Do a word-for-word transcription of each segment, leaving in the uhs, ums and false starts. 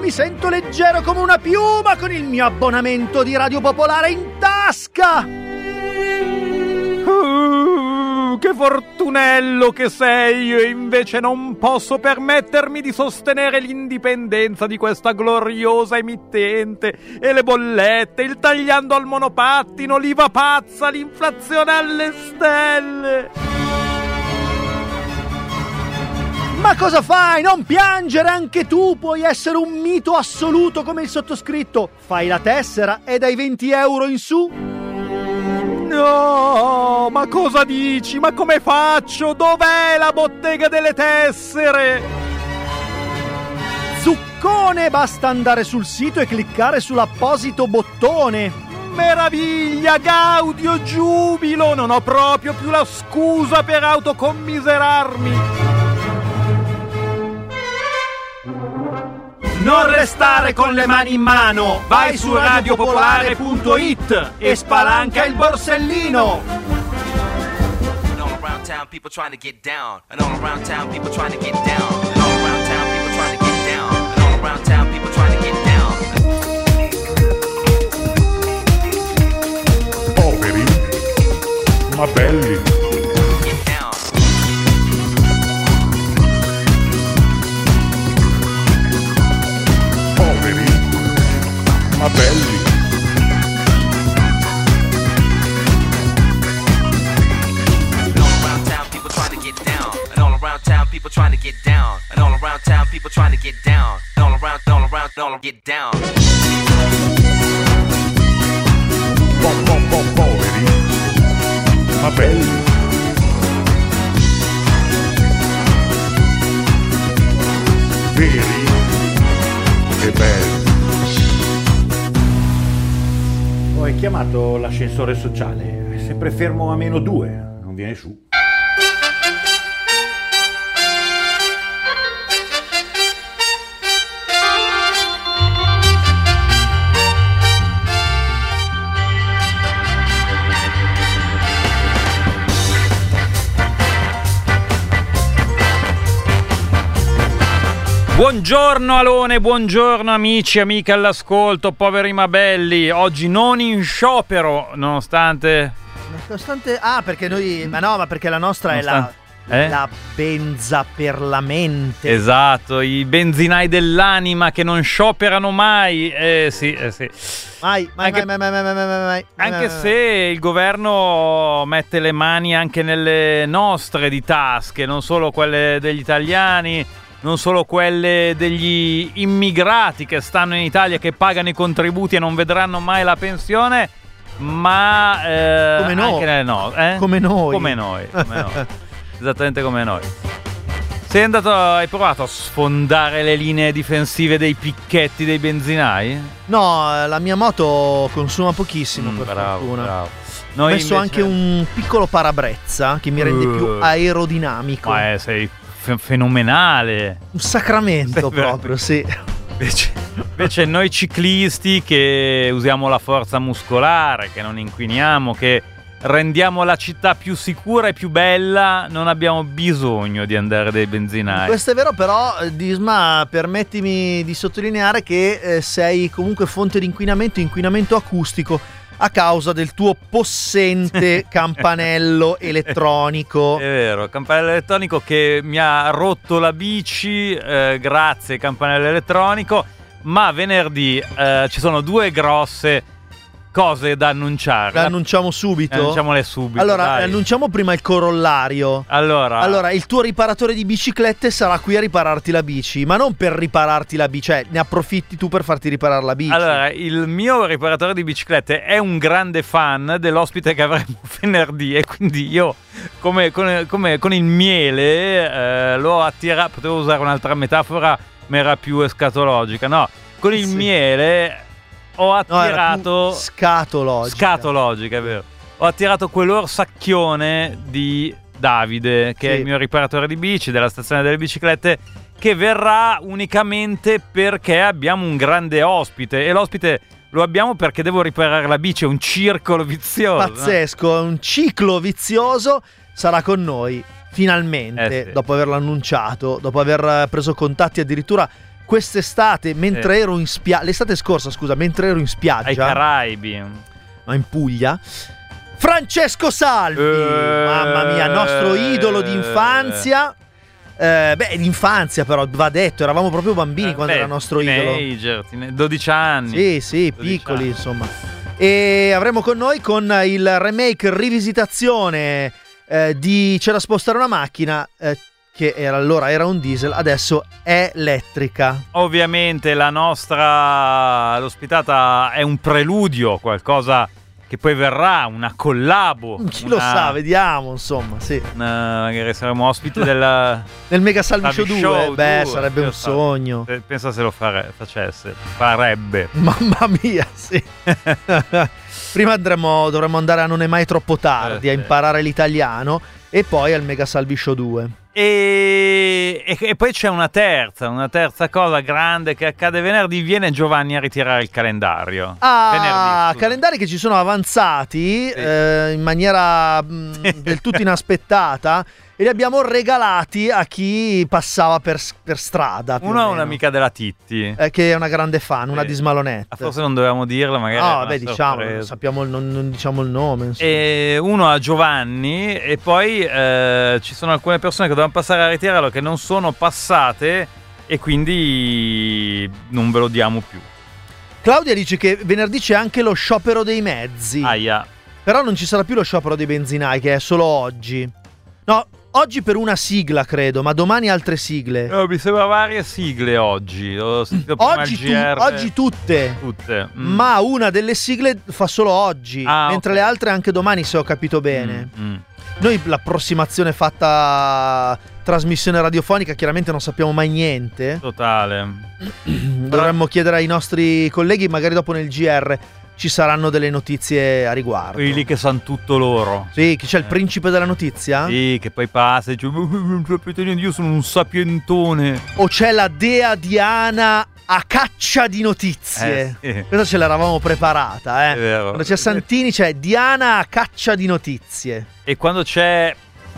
mi sento leggero come una piuma con il mio abbonamento di Radio Popolare in tasca. Uh, che fortunello che sei, io invece non posso permettermi di sostenere l'indipendenza di questa gloriosa emittente, e le bollette, il tagliando al monopattino, l'I V A pazza, l'inflazione alle stelle. Ma cosa fai? Non piangere, anche tu puoi essere un mito assoluto come il sottoscritto. Fai la tessera e dai venti euro in su. No, ma cosa dici? Ma come faccio? Dov'è la bottega delle tessere? Zuccone, basta andare sul sito e cliccare sull'apposito bottone. Meraviglia, gaudio, giubilo! Non ho proprio più la scusa per autocommiserarmi. Non restare con le mani in mano, vai su radio popolare punto it e spalanca il borsellino. And all around town people trying to get down. And all around town people trying to get down. And all around town people trying to get down. And all around town people trying to get down. Poveri, ma belli. Ma belli. And all around town people trying to get down. And all around town people trying to get down. And all around town people trying to get down. And all around, all around, all get down. Po, po, po, poveri, ma belli. Veri e belli. Ho chiamato l'ascensore sociale, è sempre fermo a meno due, non viene su. Buongiorno Alone, buongiorno amici e amiche all'ascolto, poveri ma belli. Oggi non in sciopero, nonostante... Nonostante... Ah, perché noi... Ma no, ma perché la nostra nonostante... è la... Eh? La benza per la mente. Esatto, i benzinai dell'anima che non scioperano mai. Eh sì, eh sì. Mai, mai, anche, mai, mai, mai, mai, mai, mai, mai. Anche se il governo mette le mani anche nelle nostre di tasche, non solo quelle degli italiani, non solo quelle degli immigrati che stanno in Italia, che pagano i contributi e non vedranno mai la pensione, ma eh, come noi. Anche nelle no, eh? Come noi. Come noi, come noi. Esattamente come noi. Sei andato, hai provato a sfondare le linee difensive dei picchetti dei benzinai? No, la mia moto consuma pochissimo, Mm, per bravo, fortuna. bravo. Ho Noi messo invece- anche un piccolo parabrezza che mi rende Uh. più aerodinamico. Ma eh, sei fe- fenomenale. Un sacramento Sei proprio, sì. Invece, invece noi ciclisti che usiamo la forza muscolare, che non inquiniamo, che rendiamo la città più sicura e più bella, non abbiamo bisogno di andare dai benzinai. Questo è vero, però, eh, Disma, permettimi di sottolineare che eh, sei comunque fonte di inquinamento, inquinamento acustico, a causa del tuo possente campanello elettronico. È vero, campanello elettronico che mi ha rotto la bici, eh, grazie campanello elettronico, ma venerdì eh, ci sono due grosse cose da annunciare. Le annunciamo subito? Eh, annunciamole subito. Allora, dai. annunciamo prima il corollario. Allora, Allora, il tuo riparatore di biciclette sarà qui a ripararti la bici, ma non per ripararti la bici, cioè ne approfitti tu per farti riparare la bici. Allora, il mio riparatore di biciclette è un grande fan dell'ospite che avremo venerdì e quindi io, come, come, come con il miele, eh, l'ho attirato. Potevo usare un'altra metafora, ma era più escatologica. No, con il Sì. miele ho No, era attirato... più scatologica. Scatologica, è vero. Ho attirato quell'orsacchione di Davide, che Sì. è il mio riparatore di bici della stazione delle biciclette, che verrà unicamente perché abbiamo un grande ospite, e l'ospite lo abbiamo perché devo riparare la bici. È un circolo vizioso. Pazzesco, è un ciclo vizioso. Sarà con noi finalmente, Eh sì. dopo averlo annunciato, dopo aver preso contatti addirittura quest'estate, mentre Sì. ero in spiaggia, l'estate scorsa, scusa, mentre ero in spiaggia, Ai Caraibi. ma in Puglia, Francesco Salvi, Eh. mamma mia, nostro idolo di infanzia. Eh, beh, di infanzia però, va detto, eravamo proprio bambini Eh, quando beh, era nostro idolo. teenager, teen- dodici anni. Sì, sì, dodici piccoli, anni. insomma. E avremo con noi con il remake rivisitazione eh, di C'è da spostare una macchina, eh, che era allora era un diesel, adesso è elettrica. Ovviamente la nostra l'ospitata è un preludio, qualcosa che poi verrà, una collabo. Chi lo una- sa, vediamo, insomma, sì. una- magari saremo ospiti del Nel Mega Salvi Show Salvi due, Show beh, due, sarebbe un pensa- sogno. eh, Pensa se lo fare, facesse, farebbe. Mamma mia, sì. Prima andremo, dovremmo andare a Non è mai troppo tardi Eh, a sì. imparare l'italiano e poi al Mega Salvi Show due. E, e- e poi c'è una terza, una terza cosa grande che accade venerdì, viene Giovanni a ritirare il calendario. Ah, Venerdì, scusa. calendari che ci sono avanzati Sì. eh, in maniera mh, del tutto inaspettata e li abbiamo regalati a chi passava per, per strada. più Uno o è meno. un'amica della Titti. Eh, che è una grande fan, una Sì. di Smalonette. Ah, forse non dovevamo dirlo, magari. No, era una vabbè, diciamo, sorpresa. sappiamo, il- non, non diciamo il nome. insomma. E uno a Giovanni e poi eh, ci sono alcune persone che dovevano passare a ritirarlo che non sono passate e quindi non ve lo diamo più. Claudia dice che venerdì c'è anche lo sciopero dei mezzi. Aia. Però non ci sarà più lo sciopero dei benzinai, che è solo oggi. No, oggi per una sigla, credo, ma domani altre sigle. Oh, mi sembra varie sigle oggi. Ho sentito prima Oggi, il tu- G R. oggi tutte. tutte. Mm. Ma una delle sigle fa solo oggi, Ah, mentre ok. le altre anche domani, se ho capito bene. Mm, mm. Noi l'approssimazione fatta trasmissione radiofonica chiaramente non sappiamo mai niente. Totale. Dovremmo chiedere ai nostri colleghi, magari dopo nel G R ci saranno delle notizie a riguardo. Quelli che sanno tutto loro. Sì, chi c'è il Eh. principe della notizia? Sì, che poi passa e dice: "Non sapete niente, io sono un sapientone." O c'è la dea Diana a caccia di notizie? Eh, sì. Questa ce l'eravamo preparata, eh. È vero. Quando c'è Santini c'è Diana a caccia di notizie. E quando c'è.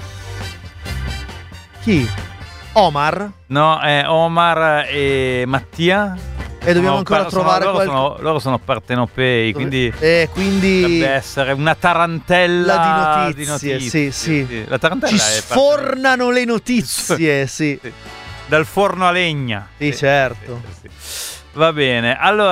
Chi? Omar? No, è Omar e Mattia. E dobbiamo Sono ancora par- trovare sono, loro, qualche- sono, loro sono partenopei, quindi E quindi dovrebbe essere una tarantella La di notizie, sì, sì. La tarantella ci è sfornano le notizie, sì. Sì. Dal forno a legna. Sì, certo. sì, sì. Va bene,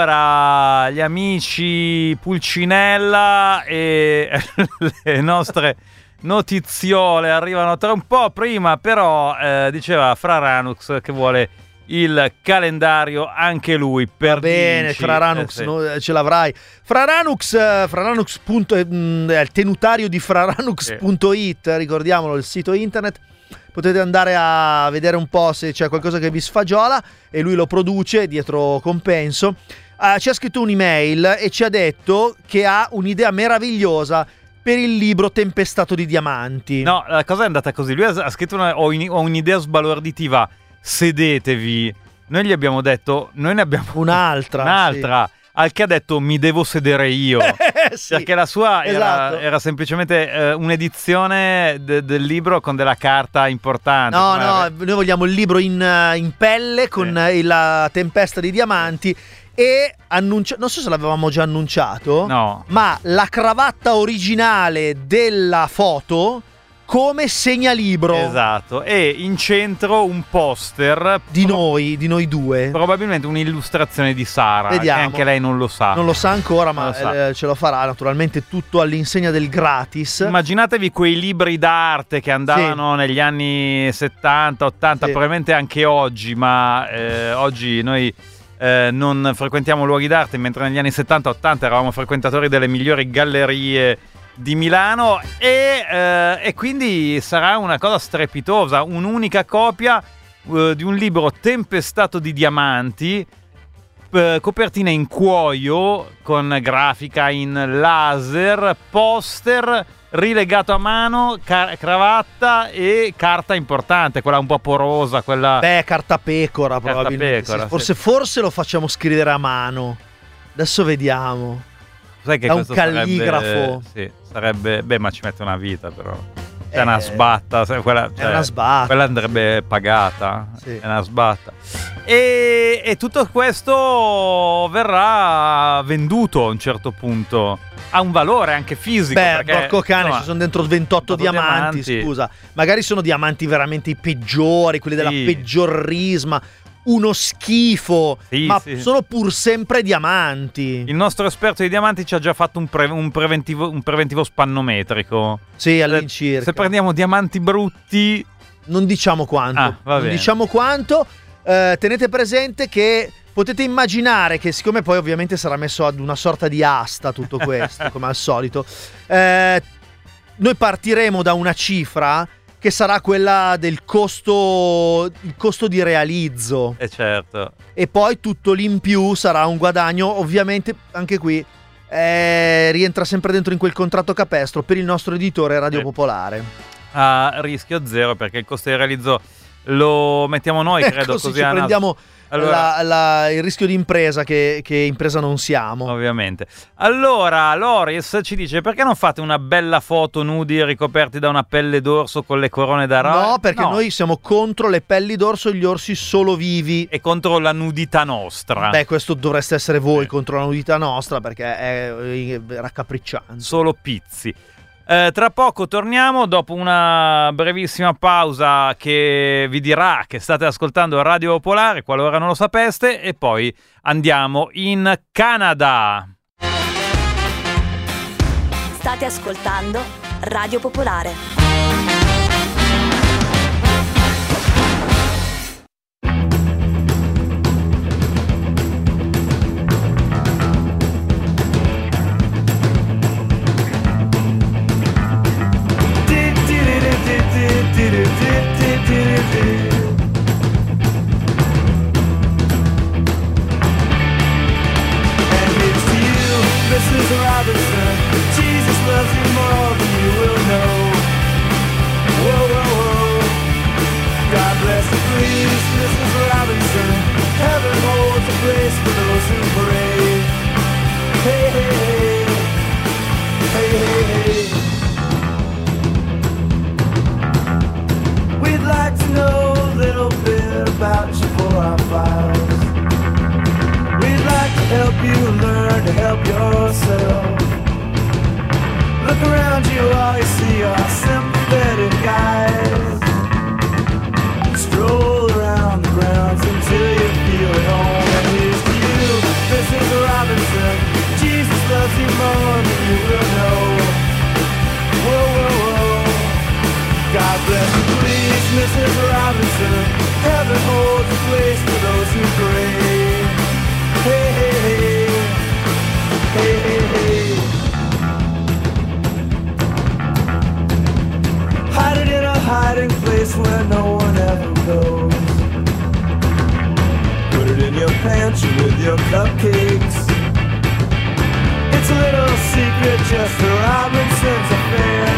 allora gli amici Pulcinella e le nostre notiziole arrivano tra un po'. Prima però eh, diceva Fra Ranux che vuole il calendario anche lui per Va bene, Ginci. Fraranux, Eh, sì. no, eh, ce l'avrai. Fraranux, eh, Fraranux. punto- eh, mh, è il tenutario di fraranux punto it, ricordiamolo, il sito internet. Potete andare a vedere un po' se c'è qualcosa che vi sfagiola e lui lo produce dietro compenso. Eh, ci ha scritto un'email e ci ha detto che ha un'idea meravigliosa per il libro Tempestato di diamanti. No, la cosa è andata così. Lui ha, ha scritto una, ho, in- ho un'idea sbalorditiva. Sedetevi. Noi gli abbiamo detto, noi ne abbiamo Un'altra, un'altra. Al che ha detto mi devo sedere io. Eh, sì. Perché la sua era, Esatto. era semplicemente eh, un'edizione de- del libro con della carta importante. No, Come no, era- noi vogliamo il libro in, eh, in pelle con Sì. eh, la tempesta di diamanti e annuncia- non so se l'avevamo già annunciato, No. ma la cravatta originale della foto come segnalibro Esatto. E in centro un poster. di noi, di noi due. Probabilmente un'illustrazione di Sara. Vediamo. Che anche lei non lo sa. Non lo sa ancora, Non ma lo sa. eh, ce lo farà naturalmente tutto all'insegna del gratis. Immaginatevi quei libri d'arte che andavano negli anni settanta, ottanta, Sì. probabilmente anche oggi, ma eh, oggi noi eh, non frequentiamo luoghi d'arte, mentre negli anni settanta ottanta eravamo frequentatori delle migliori gallerie di Milano e, eh, e quindi sarà una cosa strepitosa, un'unica copia eh, di un libro tempestato di diamanti, eh, copertina in cuoio con grafica in laser, poster rilegato a mano, ca- cravatta e carta importante, quella un po' porosa, quella... Beh, carta pecora probabilmente. pecora, sì. Forse, sì. forse lo facciamo scrivere a mano. Adesso vediamo. Sai che è un questo sarebbe- calligrafo. sì, sarebbe... Beh, ma ci mette una vita però. È Eh, una sbatta, sai, quella, È cioè, una sbatta. quella andrebbe pagata. Sì. È una sbatta. E, e tutto questo verrà venduto a un certo punto. Ha un valore anche fisico. Beh, perché, porco cane, insomma, ci sono dentro ventotto diamanti, diamanti. scusa. Magari sono diamanti veramente i peggiori, quelli della Sì. peggior risma, uno schifo, Sì, ma sì. sono pur sempre diamanti. Il nostro esperto di diamanti ci ha già fatto un, pre- un preventivo, un preventivo spannometrico. Sì, all'incirca. Se prendiamo diamanti brutti, Non diciamo quanto. Ah, va non bene. diciamo quanto. Eh, tenete presente che potete immaginare che, siccome poi ovviamente sarà messo ad una sorta di asta tutto questo, come al solito, eh, noi partiremo da una cifra che sarà quella del costo, il costo di realizzo, è certo. e poi tutto l'in più sarà un guadagno, ovviamente anche qui eh, rientra sempre dentro in quel contratto capestro per il nostro editore Radio Sì. Popolare. A rischio zero, perché il costo di realizzo lo mettiamo noi, credo, Ecco, sì, così ci a naso. prendiamo Allora- la- la- il rischio di impresa che, che impresa non siamo. Ovviamente. Allora, Loris ci dice: perché non fate una bella foto nudi ricoperti da una pelle d'orso con le corone da ra? No, perché noi siamo contro le pelli d'orso e gli orsi solo vivi. E contro la nudità nostra. Beh, questo dovreste essere voi Sì. contro la nudità nostra, perché è, è raccapricciante. Solo pizzi. Eh, tra poco torniamo dopo una brevissima pausa che vi dirà che state ascoltando Radio Popolare, qualora non lo sapeste, e poi andiamo in Canada. State ascoltando Radio Popolare. Missus Robinson, Jesus loves you more than you will know. Whoa, whoa, whoa. God bless you, please, Missus Robinson. Heaven holds a place for those who pray. Hey, hey, hey. Hey, hey, hey. We'd like to know a little bit about you for our files. We'd like to help you learn to help yourself. Look around you, all you see are sympathetic guys. Stroll around the grounds until you feel at home. And here's to you, Missus Robinson. Jesus loves you more than you will know. Whoa, whoa, whoa. God bless you, please, Missus Robinson. Heaven holds a place for those who pray. Hey, hey, hey, hey, hey, hey. Hide it in a hiding place where no one ever goes. Put it in your pantry with your cupcakes. It's a little secret, just a Robinson's affair.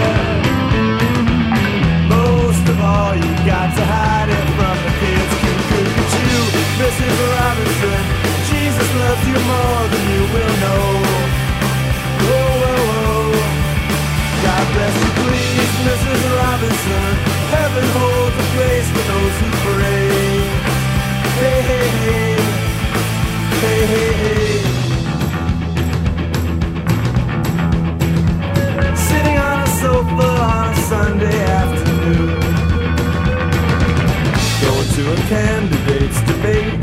Most of all, you got to hide it from the kids. Cuckoo-cuckoo, Missus Robinson. Jesus loves you more than you will know. Whoa, whoa, whoa. God bless you, please, Missus Robinson. Heaven holds a place for those who pray. Hey, hey, hey. Hey, hey, hey. Sitting on a sofa on a Sunday afternoon, going to a candidate's debate.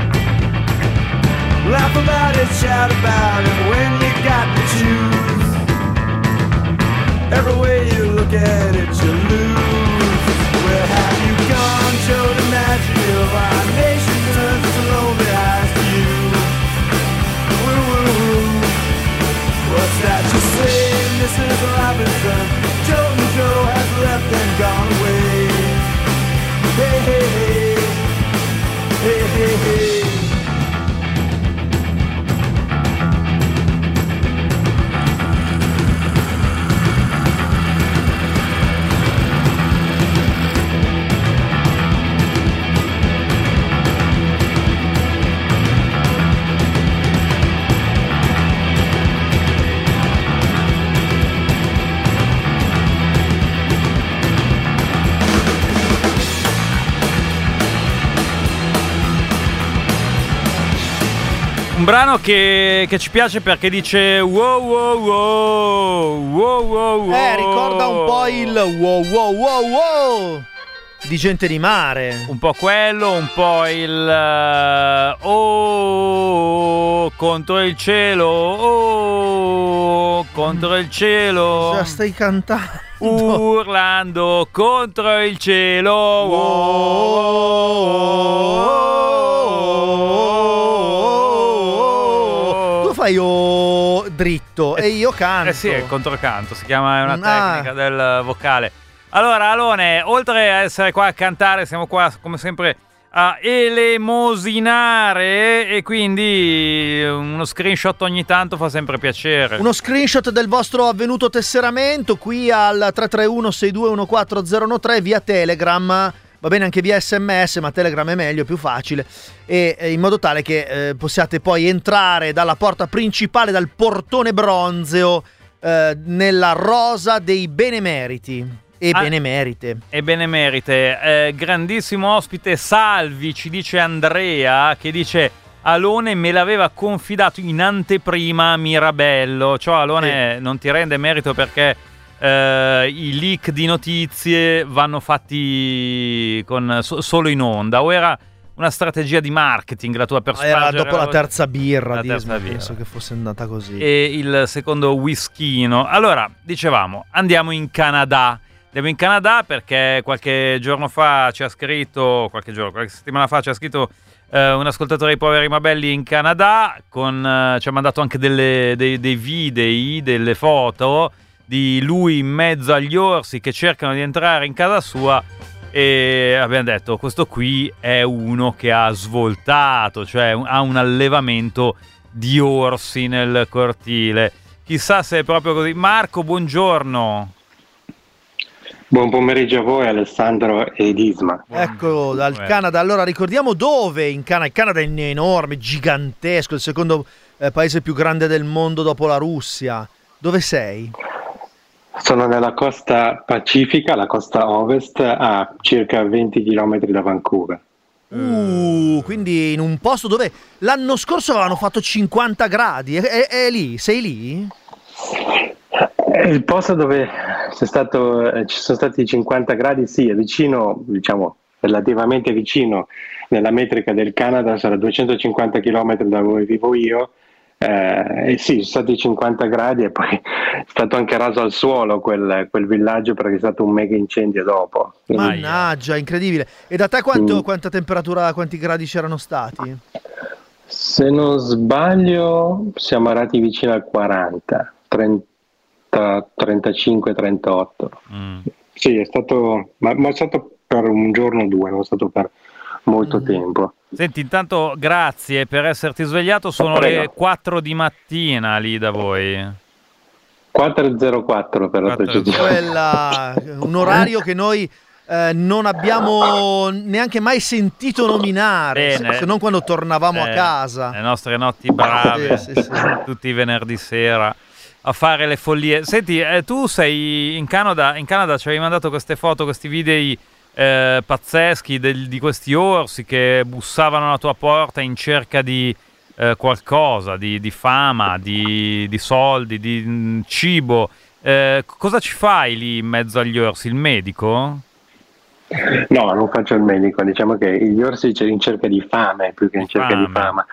Laugh about it, shout about it when you got to choose. Every way you look at it, you lose. Where have you gone, Joe DiMaggio? Our nation turns its lonely eyes to you. Woo, woo, woo. What's that you say, Missus Robinson? Joe and Joe has left and gone away. Hey, hey, hey. Hey, hey, hey. Un brano che, che ci piace perché dice wow wow wow wow wow wow. Eh, ricorda un po' il wow wow wow wow di Gente di Mare. Un po' quello, un po' il uh, oh contro il cielo, oh contro il cielo. Cosa stai cantando? Urlando contro il cielo. Oh, oh, oh. Tu fai oh dritto e io canto. Eh sì, è il controcanto, si chiama, è una Ah. tecnica del vocale. Allora, Alone, oltre a essere qua a cantare, siamo qua come sempre a elemosinare e quindi uno screenshot ogni tanto fa sempre piacere. Uno screenshot del vostro avvenuto tesseramento qui al tre tre uno sei due uno quattro zero uno tre via Telegram, va bene anche via sms, ma Telegram è meglio, più facile, e eh, in modo tale che eh, possiate poi entrare dalla porta principale, dal portone bronzeo, eh, nella rosa dei benemeriti e Ah. benemerite. E benemerite, eh, grandissimo ospite, salvi, ci dice Andrea, che dice Alone me l'aveva confidato in anteprima a Mirabello. Cioè Alone non ti rende merito perché eh, i leak di notizie vanno fatti con, so, solo in onda, o era una strategia di marketing la tua per Era spargere dopo la terza birra, la Disma, terza birra. penso che fosse andata così. E il secondo whiskino. Allora, dicevamo, andiamo in Canada. Andiamo in Canada perché qualche giorno fa ci ha scritto, qualche giorno, qualche settimana fa ci ha scritto eh, un ascoltatore dei Poveri Ma Belli in Canada, con, eh, ci ha mandato anche delle, dei, dei video, delle foto di lui in mezzo agli orsi che cercano di entrare in casa sua, e abbiamo detto questo qui è uno che ha svoltato, cioè un- ha un allevamento di orsi nel cortile. Chissà se è proprio così. Marco, buongiorno. Buon pomeriggio a voi, Alessandro e Disma. Ecco, dal Eh. Canada. Allora, ricordiamo dove in Canada. Il Canada è enorme, gigantesco, il secondo eh, paese più grande del mondo dopo la Russia. Dove sei? Sono nella costa pacifica, la costa ovest, a circa venti chilometri da Vancouver. Uh, quindi in un posto dove l'anno scorso avevano fatto cinquanta gradi. È, è- è lì? Sei lì? È il posto dove c'è stato, eh, ci sono stati cinquanta gradi, sì, è vicino, diciamo, relativamente vicino nella metrica del Canada, sarà duecentocinquanta chilometri da dove vivo io. Eh, e sì, sono stati cinquanta gradi e poi è stato anche raso al suolo quel, quel villaggio perché è stato un mega incendio dopo. Quindi, Mannaggia, incredibile. E da te quanto, Mm. quanta temperatura, quanti gradi c'erano stati? se non sbaglio siamo arrivati vicino al quaranta, trenta, trentacinque, trentotto. Mm. Sì, è stato, ma, ma è stato per un giorno o due, non è stato per molto Mm. tempo. Senti, intanto grazie per esserti svegliato, sono Prego. le quattro di mattina lì da voi. quattro e zero quattro per la quattro e zero quattro. precisione. Quella, un orario che noi eh, non abbiamo neanche mai sentito nominare, Bene. se, se non quando tornavamo a Eh, casa. Le nostre notti brave, Sì, sì, sì. tutti i venerdì sera a fare le follie. Senti, eh, tu sei in Canada, in Canada ci avevi mandato queste foto, questi video eh, pazzeschi del- di questi orsi che bussavano alla tua porta in cerca di eh, qualcosa, di, di fama, di, di soldi, di mm, cibo. Eh, cosa ci fai lì in mezzo agli orsi? Il medico? No, non faccio il medico, diciamo che gli orsi c'è in cerca di fame più che in Di cerca di fame. fama.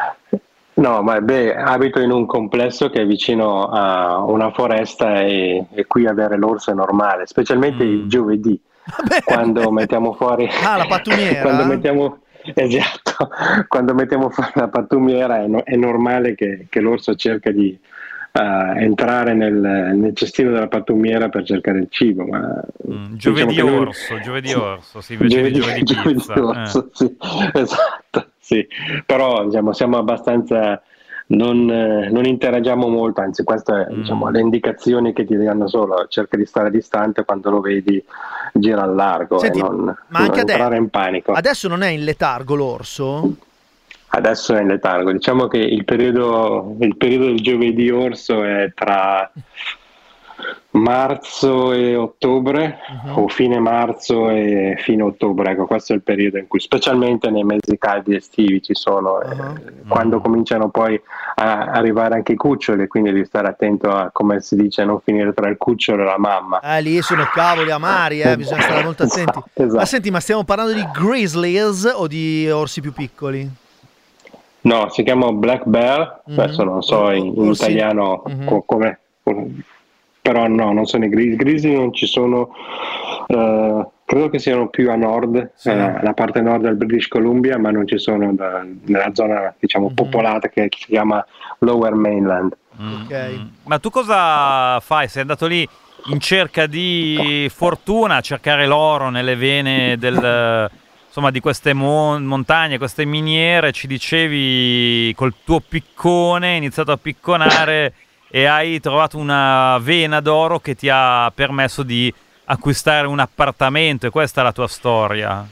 No, ma beh, abito in un complesso che è vicino a una foresta e, e qui avere l'orso è normale, specialmente Mm. il giovedì, Vabbè. quando mettiamo fuori Ah, la pattumiera? quando mettiamo esatto, quando mettiamo fuori la pattumiera è, no- è normale che, che l'orso cerca di eh, entrare nel, nel cestino della pattumiera per cercare il cibo, ma Mm, diciamo giovedì che noi- orso, giovedì orso, sì, invece di giovedì pizza. orso, sì, esatto, sì. Però diciamo siamo abbastanza non, eh, non interagiamo molto, anzi queste Mm. diciamo le indicazioni che ti danno solo, cerca di stare distante, quando lo vedi gira al largo Senti, e non, ma non anche entrare adesso- in panico. Adesso non è in letargo l'orso? Adesso è in letargo, diciamo che il periodo, il periodo del giovedì orso è tra marzo e ottobre, Mhm. o fine marzo e fine ottobre, ecco, questo è il periodo in cui, specialmente nei mesi caldi estivi, ci sono, eh, Ah. quando cominciano poi a arrivare anche i cuccioli, quindi devi stare attento a, come si dice, a non finire tra il cucciolo e la mamma. Eh, lì sono cavoli amari, eh, bisogna stare molto attenti. Esatto, esatto. Ma senti, ma stiamo parlando di grizzlies o di orsi più piccoli? No, si chiama Black Bear, Mhm. adesso non so O- in, in orsi- italiano Mhm. co- come, però no, non sono i grizzly, grizzly non ci sono, eh, credo che siano più a nord, Sì. eh, alla parte nord del British Columbia, ma non ci sono da- nella zona, diciamo, Mhm. popolata che si chiama Lower Mainland. Ok. Ma tu cosa fai? Sei andato lì in cerca di fortuna, a cercare l'oro nelle vene del, insomma, di queste mon- montagne, queste miniere, ci dicevi col tuo piccone, hai iniziato a picconare e hai trovato una vena d'oro che ti ha permesso di acquistare un appartamento, e questa è la tua storia.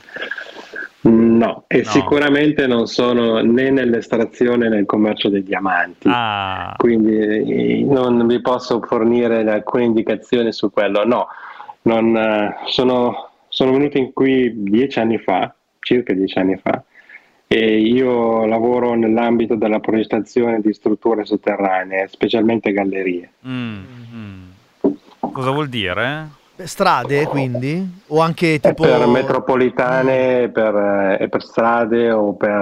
No, e No. sicuramente non sono né nell'estrazione né nel commercio dei diamanti. Ah, Quindi eh, non vi posso fornire alcune indicazioni su quello. No, non, eh, sono, sono venuto in qui dieci anni fa, circa dieci anni fa, e io lavoro nell'ambito della progettazione di strutture sotterranee, specialmente gallerie. mm, mm. Cosa vuol dire? Strade, quindi? O anche E tipo... per metropolitane, per, eh, e per strade o per,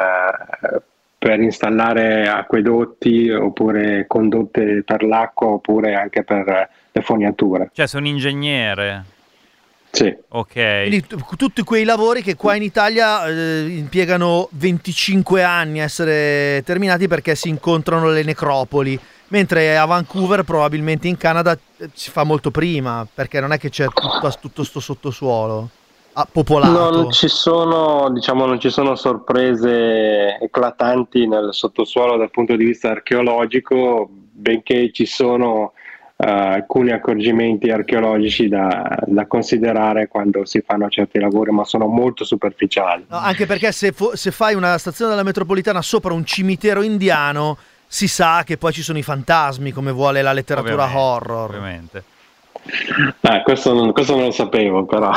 eh, per installare acquedotti oppure condotte per l'acqua oppure anche per eh, le fognature. Cioè, sei un ingegnere. Sì. Ok. Quindi t- tutti quei lavori che qua in Italia eh, impiegano venticinque anni a essere terminati perché si incontrano le necropoli, mentre a Vancouver, probabilmente in Canada, eh, si fa molto prima, perché non è che c'è tutto, tutto sto sottosuolo ah, popolato. Non ci sono, diciamo, non ci sono sorprese eclatanti nel sottosuolo dal punto di vista archeologico, benché ci sono eh, alcuni accorgimenti archeologici da, da considerare quando si fanno certi lavori, ma sono molto superficiali. No, anche perché se, fo- se fai una stazione della metropolitana sopra un cimitero indiano, si sa che poi ci sono i fantasmi, come vuole la letteratura Ovviamente, horror. Ovviamente. Ah, questo, non, questo non lo sapevo, però.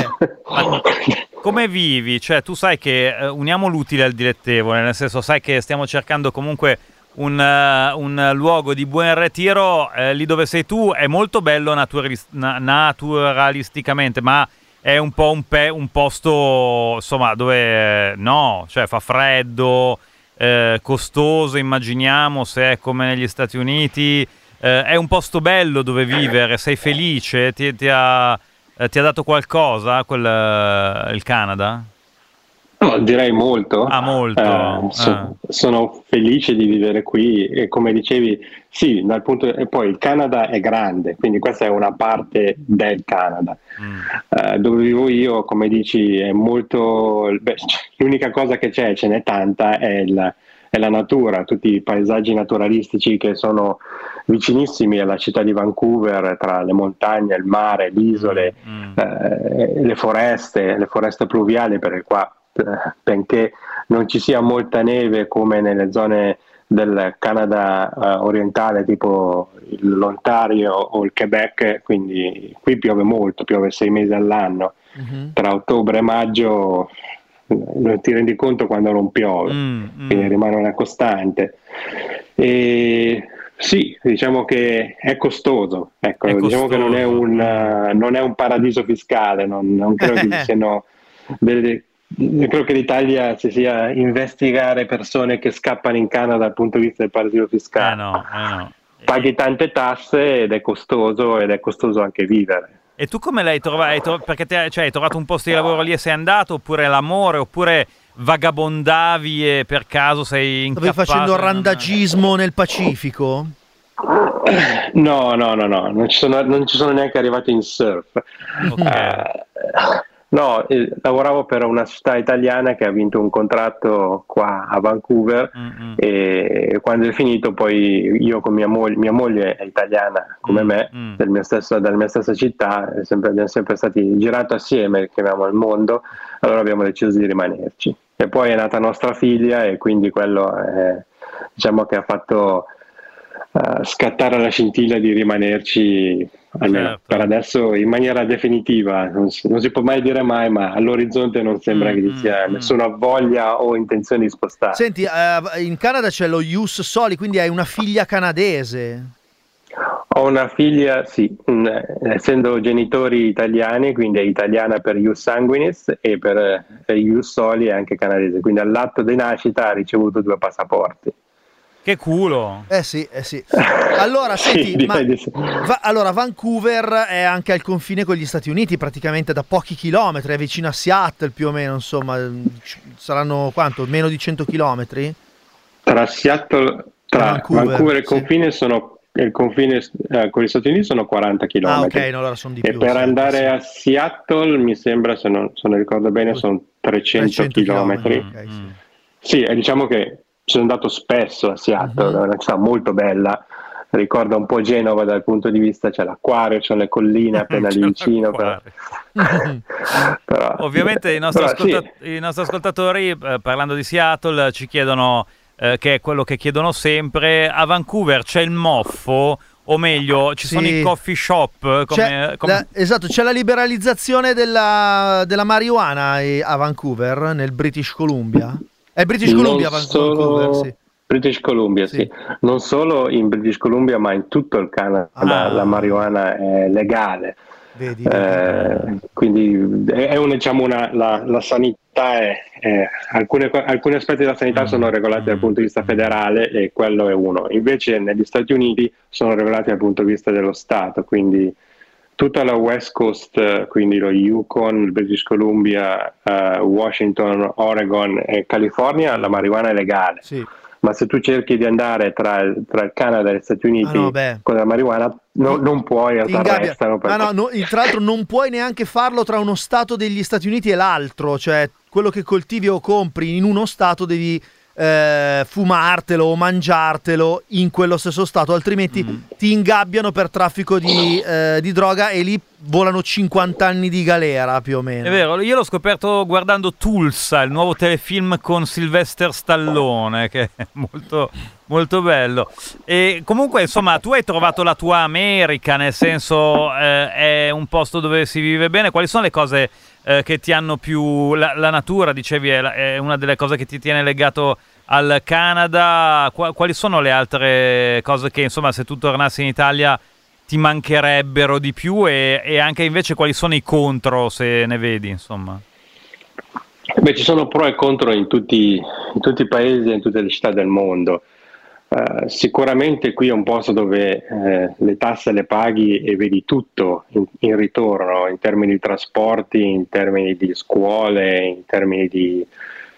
Ma come vivi? Cioè, tu sai che eh, uniamo l'utile al dilettevole, nel senso, sai che stiamo cercando comunque un, eh, un luogo di buon ritiro, eh, lì dove sei tu è molto bello naturalis- na- naturalisticamente, ma è un po' un, pe- un posto, insomma, dove eh, no, cioè fa freddo, eh, costoso, immaginiamo, se è come negli Stati Uniti. Eh, è un posto bello dove vivere, sei felice, ti, ti ha, eh, ti ha dato qualcosa quel, eh, il Canada? No, direi molto. Ah, molto. Eh, so- Ah. Sono felice di vivere qui e come dicevi, sì, dal punto e poi il Canada è grande, quindi questa è una parte del Canada. Mm. Eh, dove vivo io, come dici, è molto. Beh, l'unica cosa che c'è, ce n'è tanta, è, il- è la natura, tutti i paesaggi naturalistici che sono vicinissimi alla città di Vancouver, tra le montagne, il mare, le isole, Mm. eh, le foreste, le foreste pluviali, perché qua, eh, benché non ci sia molta neve come nelle zone del Canada eh, orientale, tipo l'Ontario o il Quebec, quindi qui piove molto, piove sei mesi all'anno. Mhm. Tra ottobre e maggio eh, non ti rendi conto quando non piove, Mm, mm. quindi rimane una costante. E sì, diciamo che è costoso, ecco, È diciamo che non è costoso. un, eh, non è un paradiso fiscale, non, non credo che ci siano delle. Io credo che l'Italia si sia investigare persone che scappano in Canada dal punto di vista del paradiso fiscale. Eh no, eh no. Paghi tante tasse ed è costoso ed è costoso anche vivere. E tu come l'hai trovato? Perché te, cioè, hai trovato un posto di lavoro lì e sei andato, oppure l'amore, oppure vagabondavi e per caso sei Stavi incappato? facendo randagismo nel Pacifico? No, no, no, no, non ci sono, non ci sono neanche arrivato in surf. Ok. Eh, no, eh, lavoravo per una società italiana che ha vinto un contratto qua a Vancouver Mm, mm. e quando è finito poi io con mia moglie, mia moglie è italiana come Mm, me, mm. del mio stesso- della mia stessa città, è sempre- abbiamo sempre stati girato assieme, chiamiamo il mondo, allora abbiamo deciso di rimanerci. E poi è nata nostra figlia e quindi quello è, diciamo che ha fatto uh, scattare la scintilla di rimanerci, almeno Certo. per adesso, in maniera definitiva. Non si, non si può mai dire mai, ma all'orizzonte non sembra Mm, che ci sia mm, nessuna voglia o intenzione di spostare. Senti, eh, in Canada c'è lo Ius Soli, quindi hai una figlia canadese. Ho una figlia, sì, mh, essendo genitori italiani, quindi è italiana per ius sanguinis e per eh, ius soli è anche canadese, quindi all'atto di nascita ha ricevuto due passaporti. Che culo! Eh sì, eh sì. Allora, Sì, senti, direi ma di sì. va- allora Vancouver è anche al confine con gli Stati Uniti, praticamente da pochi chilometri, è vicino a Seattle più o meno, insomma, saranno quanto? Meno di cento chilometri? Tra Seattle, tra Vancouver, Vancouver, e il sì. confine sono il confine eh, con gli Stati Uniti sono quaranta Ah, chilometri. ok, no, allora sono di E più. per sì, andare sì. a Seattle mi sembra, se non, se non ricordo bene, sono trecento trecento chilometri. ok, sì. Mm. Sì, e diciamo che sono andato spesso a Seattle, Mhm. è una città molto bella, ricorda un po' Genova dal punto di vista, c'è l'acquario, c'è le colline appena lì C'è vicino. Però, l'acquario. però- Ovviamente i nostri, però sì, ascolta- i nostri ascoltatori, eh, parlando di Seattle, ci chiedono, eh, che è quello che chiedono sempre, a Vancouver c'è il moffo, o meglio, ci Sì. sono i coffee shop? Come, C'è come- la- esatto, c'è la liberalizzazione della, della marijuana eh, a Vancouver, nel British Columbia. È British non Columbia Vancouver, solo sì. British Columbia, sì. Sì. Non solo in British Columbia, ma in tutto il Canada Ah. la marijuana è legale. Vedi, Eh, quindi è è un, diciamo una, la, la sanità è, è- alcune, alcuni aspetti della sanità Mm, sono regolati dal mm, punto di vista mm. federale e quello è uno. Invece negli Stati Uniti sono regolati dal punto di vista dello Stato, quindi tutta la West Coast, eh, quindi lo Yukon, il British Columbia, eh, Washington, Oregon e California, la marijuana è legale. sì. Ma se tu cerchi di andare tra, il- tra il Canada e gli Stati Uniti Ah, no, beh. con la marijuana, no- non puoi, Ti ti ingabbia. arrestano. Ah, perché- no, no, tra l'altro non puoi neanche farlo tra uno stato degli Stati Uniti e l'altro, cioè quello che coltivi o compri in uno stato devi eh, fumartelo o mangiartelo in quello stesso stato, altrimenti Mm. ti ingabbiano per traffico di, eh, di droga e lì volano cinquanta anni di galera più o meno. È vero, io l'ho scoperto guardando Tulsa, il nuovo telefilm con Sylvester Stallone, che è molto, molto bello. E comunque, insomma, tu hai trovato la tua America, nel senso, eh, è un posto dove si vive bene. Quali sono le cose eh, che ti hanno più... La, la natura, dicevi, è, la- è una delle cose che ti tiene legato al Canada. Qua- quali sono le altre cose che, insomma, se tu tornassi in Italia ti mancherebbero di più, e, e anche invece quali sono i contro, se ne vedi, insomma? Beh, ci sono pro e contro in tutti, in tutti i paesi e in tutte le città del mondo. Eh, sicuramente qui è un posto dove eh, le tasse le paghi e vedi tutto in, in ritorno, in termini di trasporti, in termini di scuole, in termini di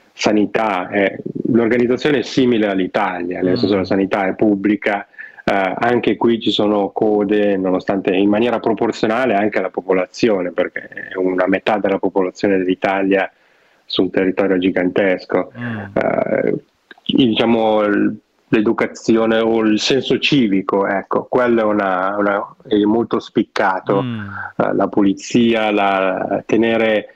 sanità. Eh, l'organizzazione è simile all'Italia, nel senso che la sanità è pubblica. Eh, anche qui ci sono code, nonostante in maniera proporzionale anche alla popolazione, perché è una metà della popolazione dell'Italia su un territorio gigantesco. Mm. Eh, diciamo l- l'educazione o il senso civico, ecco, quello è, una, una- è molto spiccato. Mm. Eh, la pulizia, la, tenere,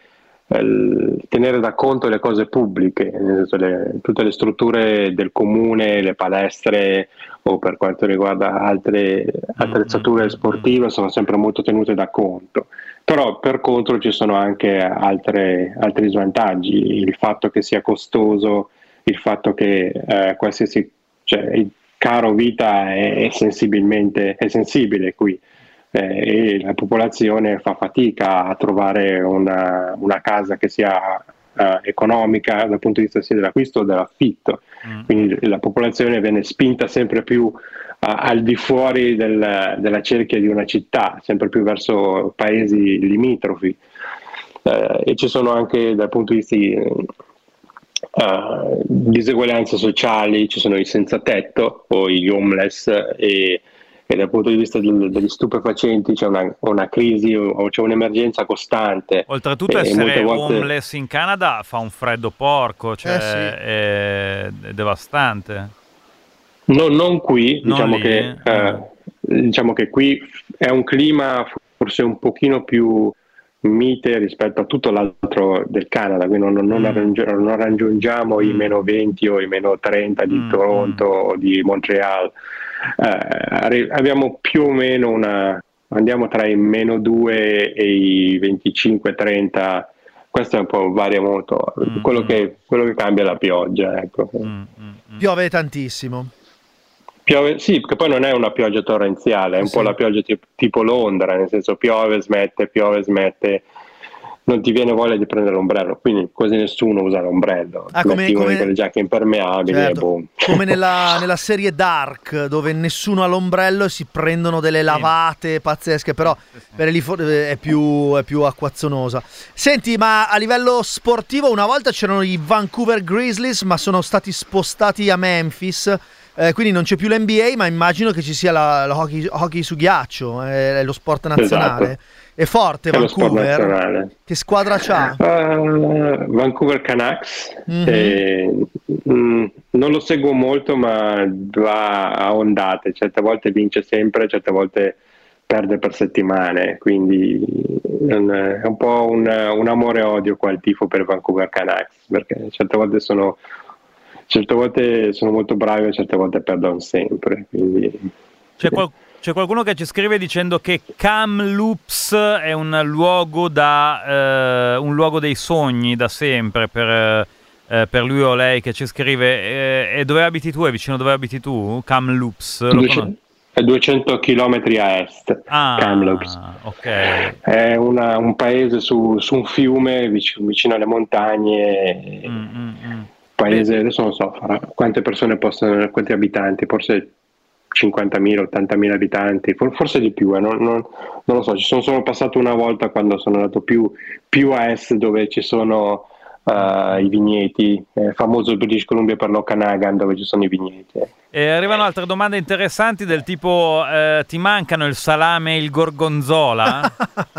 eh, tenere da conto le cose pubbliche, nel senso le- tutte le strutture del comune, le palestre o per quanto riguarda altre attrezzature Mm, mm, sportive sono sempre molto tenute da conto. Però per contro ci sono anche altre, altri svantaggi, il fatto che sia costoso, il fatto che eh, qualsiasi, cioè, il caro vita è, è sensibilmente è sensibile qui, eh, e la popolazione fa fatica a trovare una, una casa che sia eh, economica dal punto di vista sia dell'acquisto o dell'affitto. Mm. Quindi la popolazione viene spinta sempre più a- al di fuori del- della cerchia di una città, sempre più verso paesi limitrofi. Eh, e ci sono anche dal punto di vista di eh, diseguaglianze sociali, ci sono i senza tetto o gli homeless, e, e dal punto di vista del- degli stupefacenti c'è una, una crisi o c'è un'emergenza costante. Oltretutto E essere molte volte- homeless in Canada fa un freddo porco, cioè Eh, sì. è, è devastante. No, non qui, Non diciamo lì, che, eh. eh, diciamo che qui è un clima forse un pochino più mite rispetto a tutto l'altro del Canada, quindi non, non, Mm. raggiungi- non raggiungiamo i Mm. meno venti o i meno trenta di Mm, Toronto o di Montreal. eh, arri- abbiamo più o meno una, andiamo tra i meno due e i venticinque trenta, questo è un po', varia molto, Mm, quello, mm. che, quello che cambia è la pioggia, ecco. Mm, mm, mm. Piove tantissimo. Piove, sì, perché poi non è una pioggia torrenziale, è un Sì. po' la pioggia tipo, tipo Londra, nel senso piove, smette, piove, smette, non ti viene voglia di prendere l'ombrello, quindi quasi nessuno usa l'ombrello, Ah, come- metti una come- di quelle giacche impermeabili Certo. e boom. Come nella, nella serie Dark, dove nessuno ha l'ombrello e si prendono delle lavate pazzesche, però per lì for- è più, è più acquazzonosa. Senti, ma a livello sportivo una volta c'erano i Vancouver Grizzlies, ma sono stati spostati a Memphis, eh, quindi non c'è più l'N B A, ma immagino che ci sia la, la hockey, hockey su ghiaccio, è, è lo sport nazionale. Esatto. È forte È lo sport Vancouver? nazionale. Che squadra c'ha? Uh, Vancouver Canucks, Mhm. eh, mm, non lo seguo molto, ma va a ondate, certe volte vince sempre, certe volte perde per settimane, quindi mm, è un po' un, un amore e odio qua il tifo per Vancouver Canucks, perché certe volte sono, certe volte sono molto bravi e certe volte perdono sempre, quindi C'è, qual- c'è qualcuno che ci scrive dicendo che Kamloops è un luogo da eh, un luogo dei sogni da sempre per, eh, per lui o lei che ci scrive. Eh, e dove abiti tu? È vicino dove abiti tu? Kamloops? Lo conosci? è duecento chilometri a est, Ah, Kamloops. ok. È una- un paese su, su un fiume vicino, vicino alle montagne, Mm, mm, mm. paese, adesso non so farà- quante persone possono, quanti abitanti, forse cinquantamila, ottantamila abitanti, for- forse di più, eh, non, non- non lo so, ci sono solo passato una volta quando sono andato più, più a est dove ci sono eh, i vigneti, è famoso il British Columbia per l'Okanagan dove ci sono i vigneti. eh. E arrivano altre domande interessanti del tipo eh, ti mancano il salame e il gorgonzola?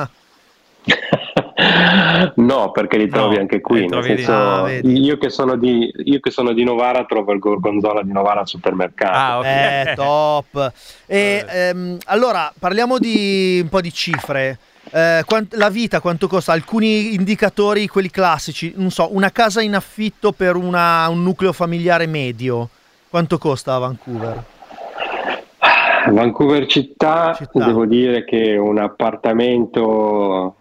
No, perché li trovi No, anche qui, li nel trovi lì. senso, Ah, vedi. io, che sono di, io che sono di Novara trovo il gorgonzola di Novara al supermercato. Ah, ok. Eh, top. E ehm, allora parliamo di un po' di cifre. Eh, quant- la vita quanto costa? Alcuni indicatori, quelli classici, non so, una casa in affitto per una- un nucleo familiare medio, quanto costa a Vancouver? Vancouver città, Città. devo dire che un appartamento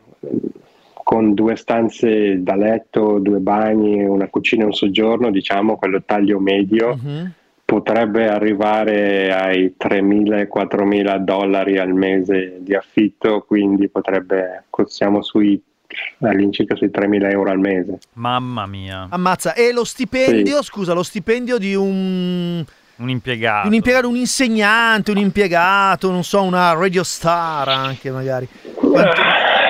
con due stanze da letto, due bagni, una cucina e un soggiorno, diciamo quello taglio medio, Mhm. potrebbe arrivare ai tremila quattromila dollari al mese di affitto, quindi potrebbe, siamo sui all'incirca sui tremila euro al mese. Mamma mia, Ammazza. E lo stipendio, scusa, lo stipendio di un, un impiegato. di un impiegato, un insegnante, un impiegato, non so, una radio star anche magari. Quanto-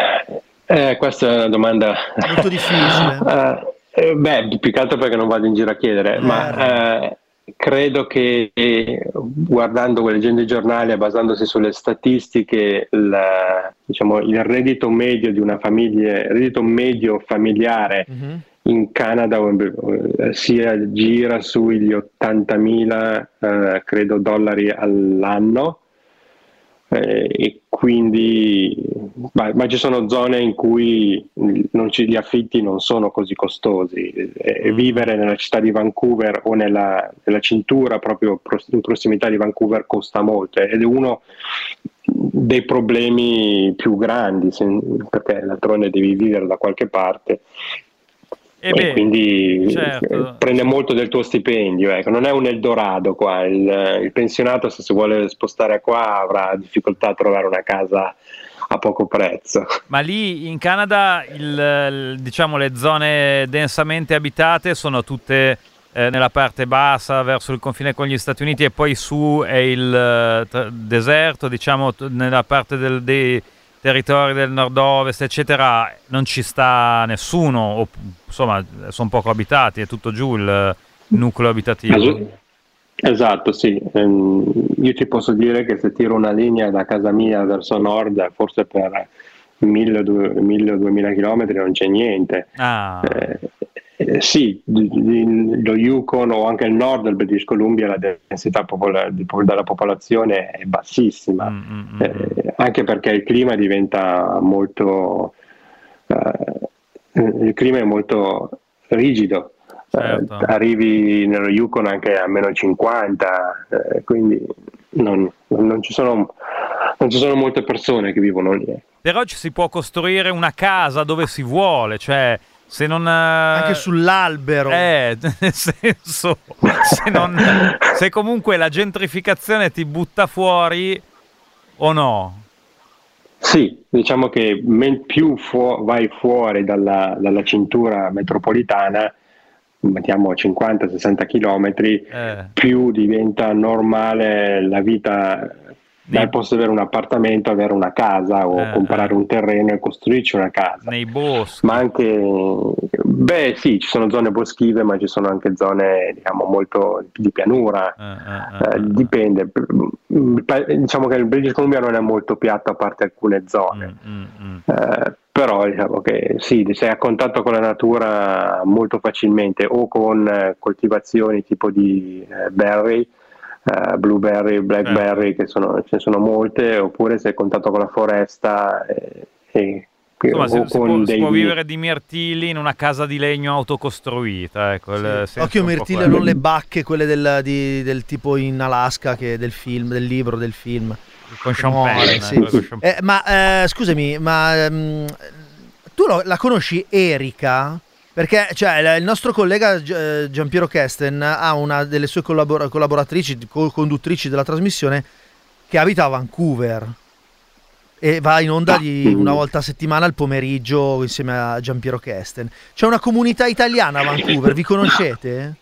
Eh, questa è una domanda Molto difficile. Eh, eh, beh, più che altro perché non vado in giro a chiedere, Eh. ma eh, credo che eh, guardando, leggendo i giornali e basandosi sulle statistiche, il, diciamo, il reddito medio di una famiglia, il reddito medio familiare Mhm. in Canada eh, si aggira sugli ottantamila eh, credo dollari all'anno. Eh, e quindi ma, ma ci sono zone in cui non ci, gli affitti non sono così costosi, e Mm. vivere nella città di Vancouver o nella, nella cintura proprio pro- in prossimità di Vancouver costa molto ed è uno dei problemi più grandi, se- perché d'altronde devi vivere da qualche parte. E E beh, quindi certo. eh, prende molto del tuo stipendio, ecco. Non è un Eldorado qua, il, il pensionato se si vuole spostare qua avrà difficoltà a trovare una casa a poco prezzo. Ma lì in Canada il, il- diciamo le zone densamente abitate sono tutte eh, nella parte bassa verso il confine con gli Stati Uniti e poi su è il eh, tra- deserto, diciamo t- nella parte del, dei territori del nord-ovest eccetera non ci sta nessuno, o, insomma sono poco abitati, è tutto giù il, il nucleo abitativo. Esatto, sì. Ehm, io ti posso dire che se tiro una linea da casa mia verso nord, forse per mille o duemila chilometri non c'è niente. Ah, Eh, eh, sì, di- di- lo Yukon o anche il nord del British Columbia la densità popola- di- della popolazione è bassissima, mm, mm, mm, eh, anche perché il clima diventa molto eh, il clima è molto rigido. Certo. Eh, arrivi nello Yukon anche a meno cinquanta, eh, quindi non, non ci sono non ci sono molte persone che vivono lì. Però ci si può costruire una casa dove si vuole, cioè se non... Anche sull'albero. Eh, nel senso, se, non, se comunque la gentrificazione ti butta fuori o no? Sì, diciamo che men più fu- vai fuori dalla, dalla cintura metropolitana, mettiamo cinquanta sessanta chilometri, Eh. più diventa normale la vita, dal posto di avere un appartamento avere una casa o Eh, comprare eh. un terreno e costruirci una casa. Nei boschi. Ma anche, beh sì, ci sono zone boschive, ma ci sono anche zone, diciamo, molto di pianura. Eh, eh, Eh, eh, dipende. Diciamo che il British Columbia non è molto piatto a parte alcune zone. mm, mm, mm. Eh, però diciamo che sì, sei a contatto con la natura molto facilmente, o con eh, coltivazioni tipo di eh, berry, eh, blueberry, blackberry, che sono, ce ne sono molte, oppure sei a contatto con la foresta eh, e Insomma, o si, si con può, si dei può vivere di mirtilli in una casa di legno autocostruita. Ecco, il senso Occhio un po' mirtilli, quello. non le bacche, quelle del, di- del tipo in Alaska, che del film, del libro, del film. Con Sean Muore, Penn, sì. quello con Sean Penn. Eh, ma eh, scusami, ma ehm, tu lo- la conosci Erika? Perché cioè, la- il nostro collega Gi- eh, Giampiero Kesten ha una delle sue collabor- collaboratrici, co- conduttrici della trasmissione, che abita a Vancouver e va in onda di una volta a settimana al pomeriggio insieme a Giampiero Kesten. C'è una comunità italiana a Vancouver, vi conoscete?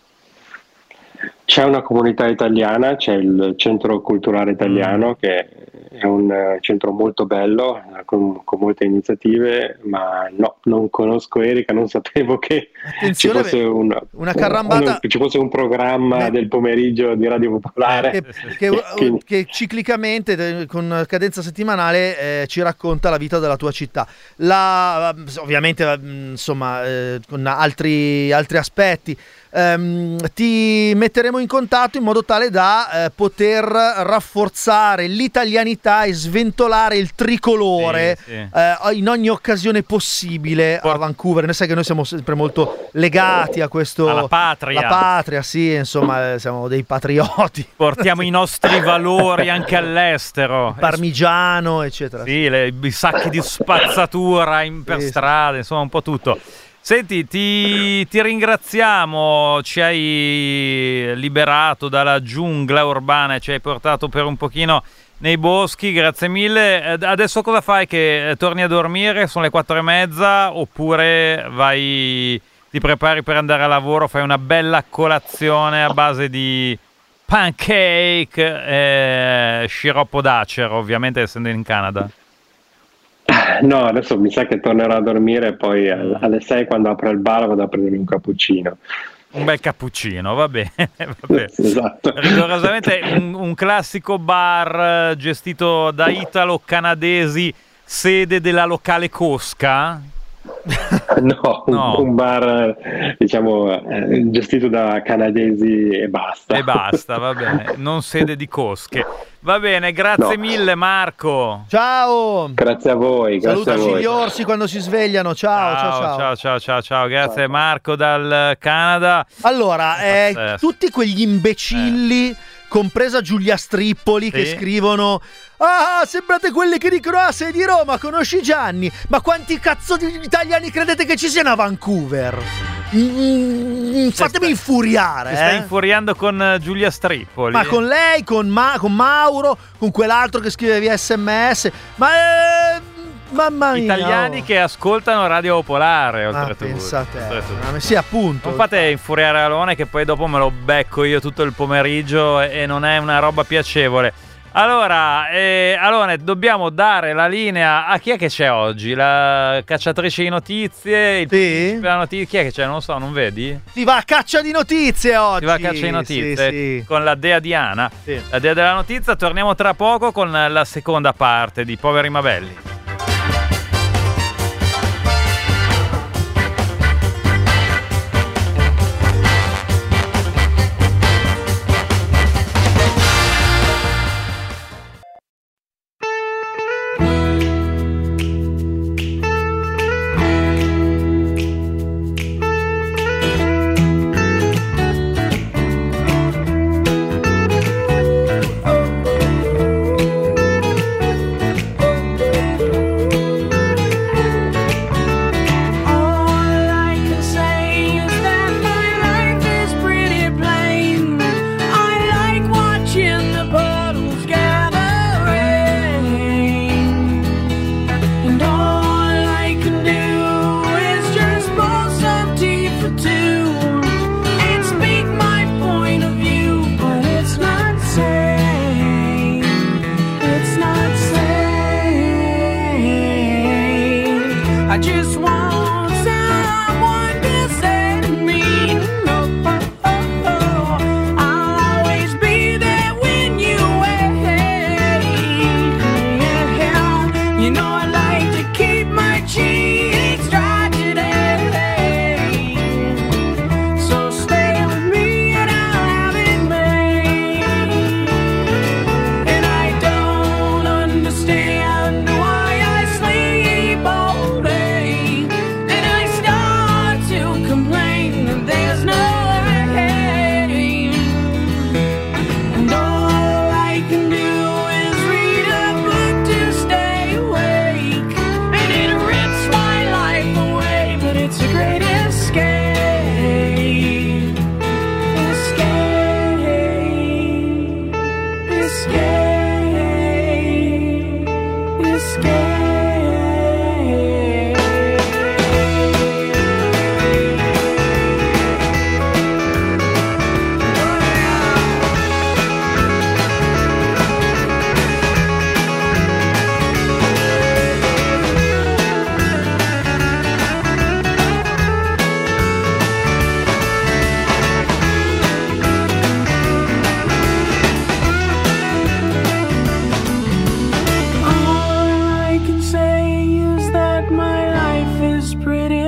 C'è una comunità italiana, c'è il Centro Culturale Italiano, che è un eh, centro molto bello, eh, con, con molte iniziative, ma no, non conosco Erika, non sapevo che ci Attenzione, fosse un, una carrambata- un- ci fosse un programma Eh. del pomeriggio di Radio Popolare. che, che- Quindi- che ciclicamente, eh, con cadenza settimanale, eh, ci racconta la vita della tua città. La, ovviamente, eh, insomma, eh, con altri, altri aspetti. Ehm, ti metteremo in contatto in modo tale da eh, poter rafforzare l'italianità e sventolare il tricolore Sì, sì. eh, in ogni occasione possibile a Vancouver. Noi sai che noi siamo sempre molto legati a questo, Alla patria. la patria, sì, insomma, eh, siamo dei patrioti. Portiamo i nostri valori anche all'estero. Parmigiano, eccetera. Sì, le- i sacchi di spazzatura in- per Sì, sì. strada, insomma un po' tutto. Senti, ti, ti ringraziamo, ci hai liberato dalla giungla urbana e ci hai portato per un pochino nei boschi, grazie mille. Eh, Adesso cosa fai? Che eh, torni a dormire? Sono le quattro e mezza oppure vai, ti prepari per andare a lavoro, fai una bella colazione a base di pancake e sciroppo d'acero, ovviamente essendo in Canada. No, adesso mi sa che tornerò a dormire e poi al- alle sei, quando apro il bar, vado a prendermi un cappuccino. Un bel cappuccino, va bene, va bene. Esatto. Rigorosamente un, un classico bar eh, gestito da italo-canadesi, sede della locale Cosca. No, un, No. un bar eh, diciamo eh, gestito da canadesi e basta. E basta, va bene, non sede di cosche. Va bene, grazie No. mille Marco. Ciao! Grazie a voi, grazie a Salutaci voi. gli orsi quando si svegliano. Ciao, ciao, ciao. ciao, ciao, ciao, ciao. Grazie Marco dal Canada. Allora, eh, Pazzesco. tutti quegli imbecilli, compresa Giulia Strippoli, che Sì. scrivono: ah, sembrate quelli che dicono: ah, sei di Roma, conosci Gianni. Ma quanti cazzo di italiani credete che ci siano a Vancouver? Mm, fatemi sta- infuriare, Ti stai eh. infuriando con eh, Giulia Strippoli. Ma con lei, con, Ma- con Mauro, con quell'altro che scrive via sms. Ma eh, mamma mia. Italiani oh. che ascoltano Radio Popolare, Ah, oltretutto. pensate. Oltretutto. Ah, sì, appunto. Non fate infuriare Alone, che poi dopo me lo becco io tutto il pomeriggio e, e non è una roba piacevole. Allora, eh, Alone, dobbiamo dare la linea a chi è che c'è oggi? La cacciatrice di notizie? Il Sì? la notizia, chi è che c'è? Non lo so, non vedi? Si va a caccia di notizie oggi. Si va a caccia di notizie Sì, sì. con la dea Diana. Sì. La dea della notizia, torniamo tra poco con la seconda parte di Poveri ma Belli.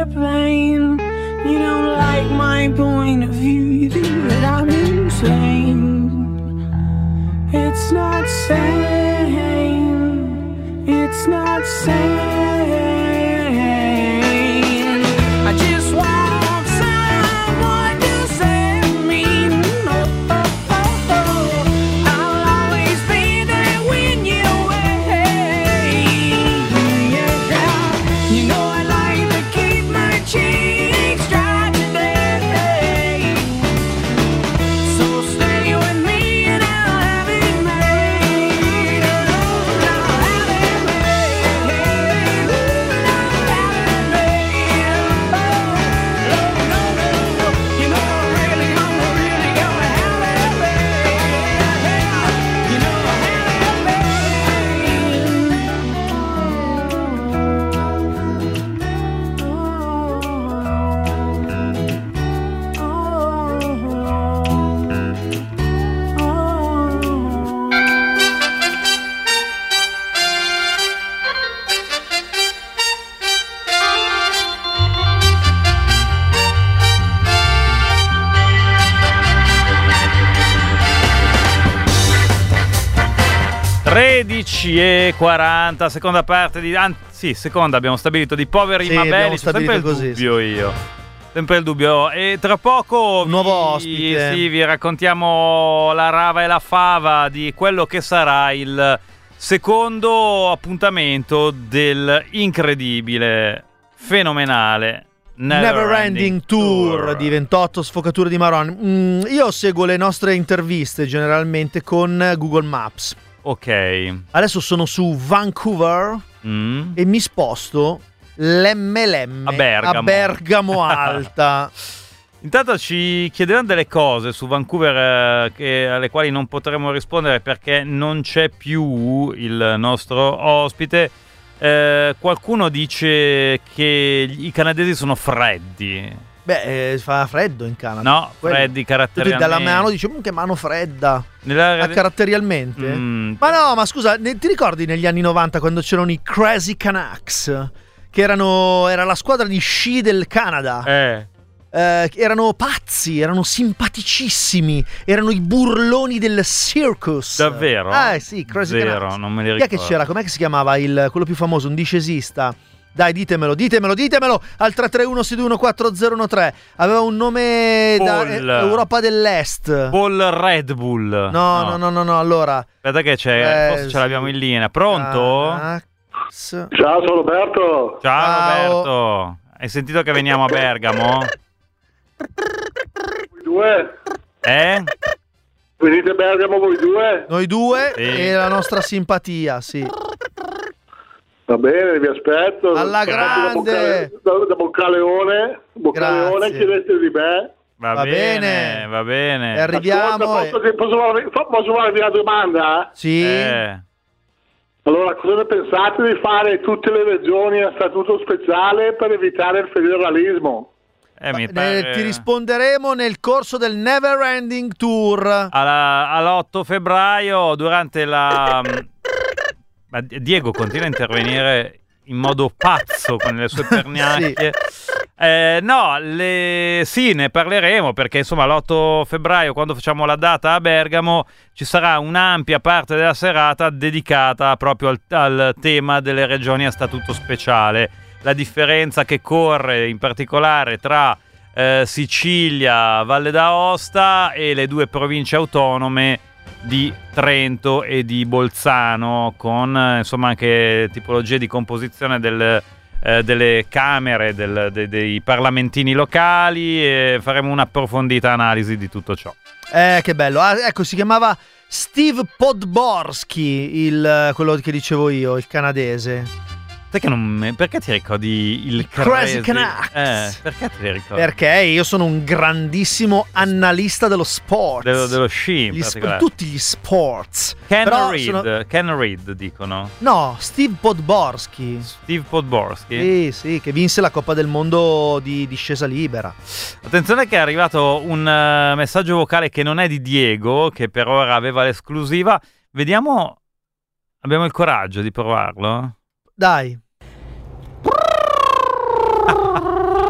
airplane. You don't like my point of view, you think that I'm insane. It's not sane, it's not sane. I just want someone to save me. Oh, oh, oh, oh. I'll always be there when you're away. Yeah, you know I like to keep my cheeks dry today. So stay with me and I'll have it made. I'll have it made. I'll have it made. Oh, no, no, no. You know I really, I'm really gonna have it made. You know I have it tredici e quaranta, seconda parte di... Anzi, seconda abbiamo stabilito di Poveri Sì, ma abbiamo belli. C'è sempre stabilito il così, dubbio io. Sempre il dubbio. E tra poco Un nuovo vi, ospite. sì, vi raccontiamo la rava e la fava di quello che sarà il secondo appuntamento del incredibile, fenomenale Never Ending Tour di ventotto sfocature di Maroni. Mm, io seguo le nostre interviste generalmente con Google Maps. Ok. Adesso sono su Vancouver Mm. e mi sposto l'emme l'emme A Bergamo. a Bergamo Alta. Intanto ci chiedevano delle cose su Vancouver eh, che- alle quali non potremo rispondere perché non c'è più il nostro ospite. Eh, qualcuno dice che i canadesi sono freddi. Beh, eh, fa freddo in Canada. No, Quello. freddi Tu caratterialmente. dalla mano dici, "Mm, che mano fredda." Nella- Ah, caratterialmente? Mm. Ma no, ma scusa, ne- ti ricordi negli anni novanta quando c'erano i Crazy Canucks? Che erano, era la squadra di sci del Canada. Eh. Eh, erano pazzi, erano simpaticissimi, erano i burloni del circus. Davvero? Eh sì, Crazy Zero, Canucks. non me li Chi è che ricordo. c'era? Com'è che si chiamava il, quello più famoso, un discesista? Dai, ditemelo, ditemelo, ditemelo al tre tre uno sei due uno quattro zero uno tre. Aveva un nome da Paul. eh, Europa dell'Est. Paul Red Bull. No, no, no, no, no, allora. Aspetta che c'è, forse ce l'abbiamo in linea. Pronto? Canucks. Ciao, sono Roberto. Ciao, Ciao. Roberto. Hai sentito che veniamo a Bergamo? Voi due? Eh? Venite a Bergamo voi due? Noi due Sì. e la nostra simpatia, sì. Va bene, vi aspetto. Alla Da grande. Boccaleone, Da, da Boccaleone, Boccaleone, Grazie. chiedete di me. Va, Va bene, bene. va bene. E arriviamo. Ascolta, posso, e- posso, farvi- fa- posso farvi una domanda? Sì. Eh. Allora, cosa ne pensate di fare tutte le regioni a statuto speciale per evitare il federalismo? Eh, mi Eh, pare- ti risponderemo nel corso del Never Ending Tour. Alla- all'otto febbraio durante la... Ma Diego continua a intervenire in modo pazzo con le sue pernacchie. Eh, no, le... sì, ne parleremo perché insomma l'otto febbraio, quando facciamo la data a Bergamo, ci sarà un'ampia parte della serata dedicata proprio al, al tema delle regioni a statuto speciale. La differenza che corre in particolare tra eh, Sicilia, Valle d'Aosta e le due province autonome di Trento e di Bolzano, con eh, insomma anche tipologie di composizione del, eh, delle camere, del- de- dei parlamentini locali, e faremo un'approfondita analisi di tutto ciò. Eh, che bello. Ah, ecco, si chiamava Steve Podborski, il, quello che dicevo io, il canadese. Sai che non me- perché ti ricordi il Crazy Crazy? Canucks. Eh, perché te li ricordi? Perché io sono un grandissimo analista dello sport. Dello, dello sci in Gli sp- particolare. tutti gli sports. Ken Però Reed, sono- Ken Reed dicono. No, Steve Podborski. Steve Podborski. Sì, sì, che vinse la Coppa del Mondo di discesa libera. Attenzione che è arrivato un eh, messaggio vocale che non è di Diego, che per ora aveva l'esclusiva. Vediamo, abbiamo il coraggio di provarlo? Dai.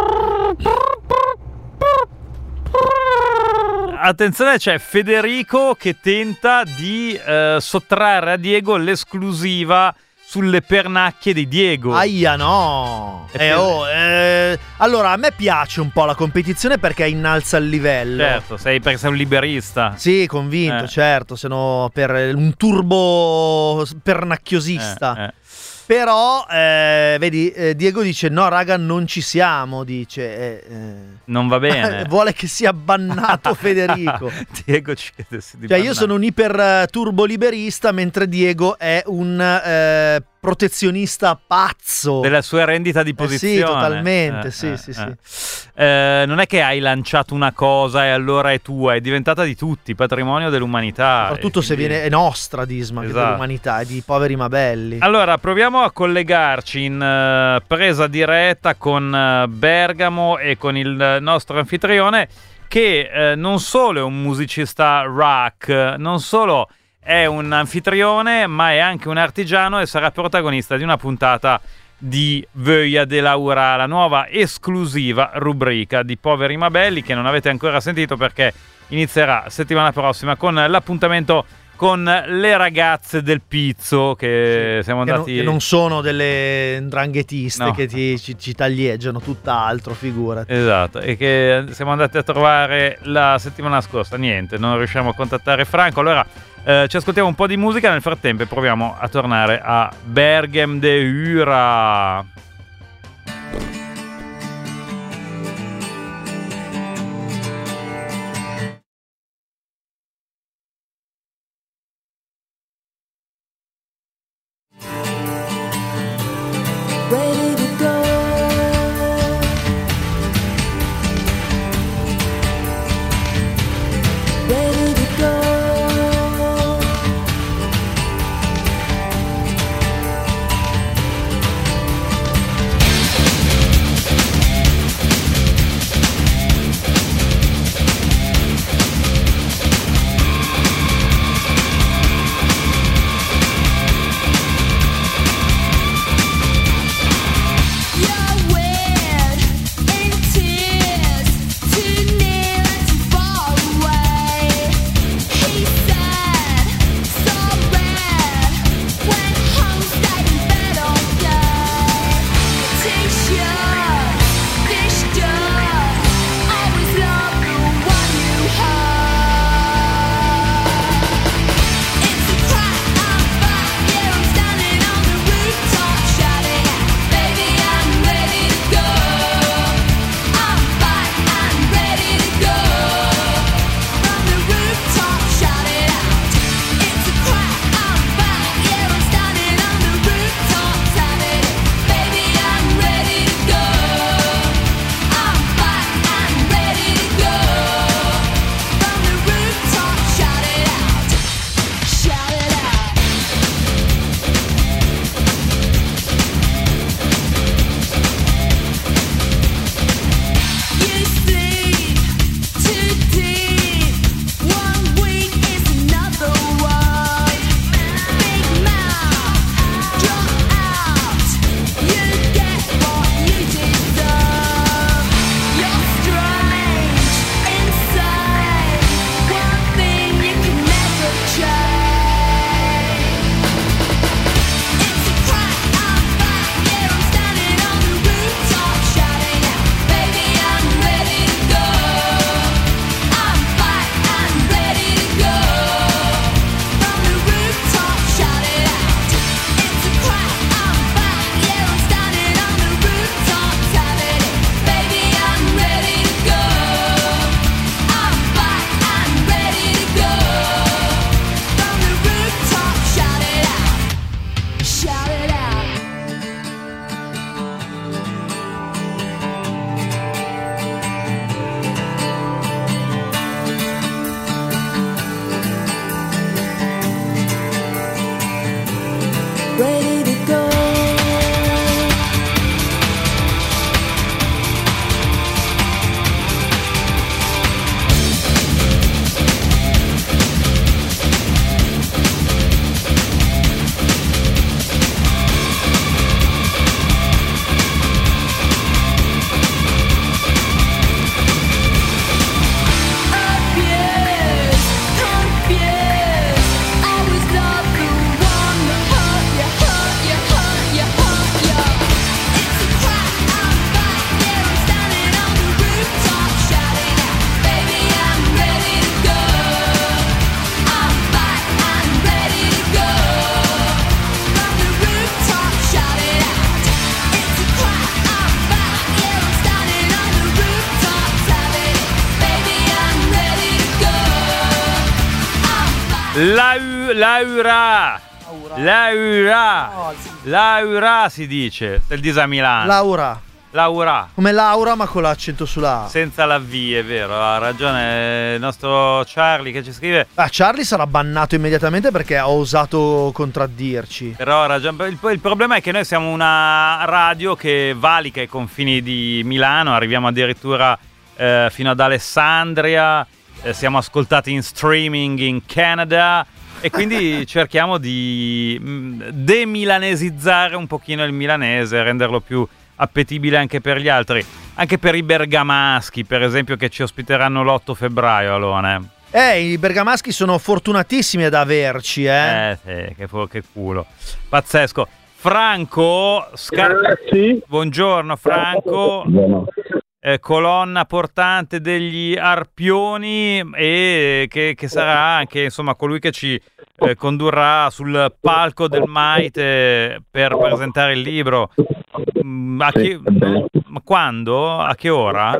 attenzione, c'è Federico che tenta di eh, sottrarre a Diego l'esclusiva sulle pernacchie di Diego. Aia, no. E Eh, per- oh, eh, allora, a me piace un po' la competizione perché innalza il livello. Certo, sei, perché sei un liberista. Sì, convinto, Eh. certo, se no per un turbo pernacchiosista. Eh, eh. Però, eh, vedi, eh, Diego dice no raga, non ci siamo, dice. eh, eh. Non va bene. Vuole che sia bannato Federico. Diego ci chiede se di Cioè io bannare. sono un iper eh, turbo liberista, mentre Diego è un eh, protezionista pazzo. della sua rendita di Eh posizione. sì, totalmente, Eh, sì, eh, sì, eh. sì. Eh, non è che hai lanciato una cosa e allora è tua, è diventata di tutti, patrimonio dell'umanità. Soprattutto e se quindi- viene, è nostra Disma, che Esatto. dell'umanità, è di poveri ma belli. Allora, proviamo a collegarci in eh, presa diretta con eh, Bergamo e con il nostro anfitrione che eh, non solo è un musicista rock, non solo è un anfitrione, ma è anche un artigiano e sarà protagonista di una puntata di Vöia de Laura, la nuova esclusiva rubrica di Poveri ma Belli che non avete ancora sentito perché inizierà settimana prossima con l'appuntamento con le ragazze del Pizzo che Sì, siamo che non, andati... che non sono delle ndranghetiste No. che ti, ci, ci taglieggiano, tutt'altro, figurati. Esatto, e che siamo andati a trovare la settimana scorsa. Niente, non riusciamo a contattare Franco. Allora eh, ci ascoltiamo un po' di musica. Nel frattempo proviamo a tornare a Berghem de Ura. Ready to go. Ready to go. Lau- Laura. Laura. Laura si dice. Del Disa Milano. Laura. Laura. Come Laura ma con l'accento sulla A. Senza la V, è vero, ha ragione il nostro Charlie che ci scrive. Ah, Charlie sarà bannato immediatamente perché ha osato contraddirci. Però ha ragione. Il, il problema è che noi siamo una radio che valica i confini di Milano, arriviamo addirittura eh, fino ad Alessandria, eh, siamo ascoltati in streaming in Canada e quindi cerchiamo di mh, demilanesizzare un pochino il milanese, renderlo più appetibile anche per gli altri, anche per i bergamaschi per esempio che ci ospiteranno l'otto febbraio, Alone. Eh, i bergamaschi sono fortunatissimi ad averci, eh. Eh, sì, che, che culo. Pazzesco. Franco, Scar- sì. Buongiorno Franco. Buono. Eh, colonna portante degli Arpioni e che, che sarà anche insomma colui che ci eh, condurrà sul palco del Maite per presentare il libro. Mm, a che, ma quando? A che ora?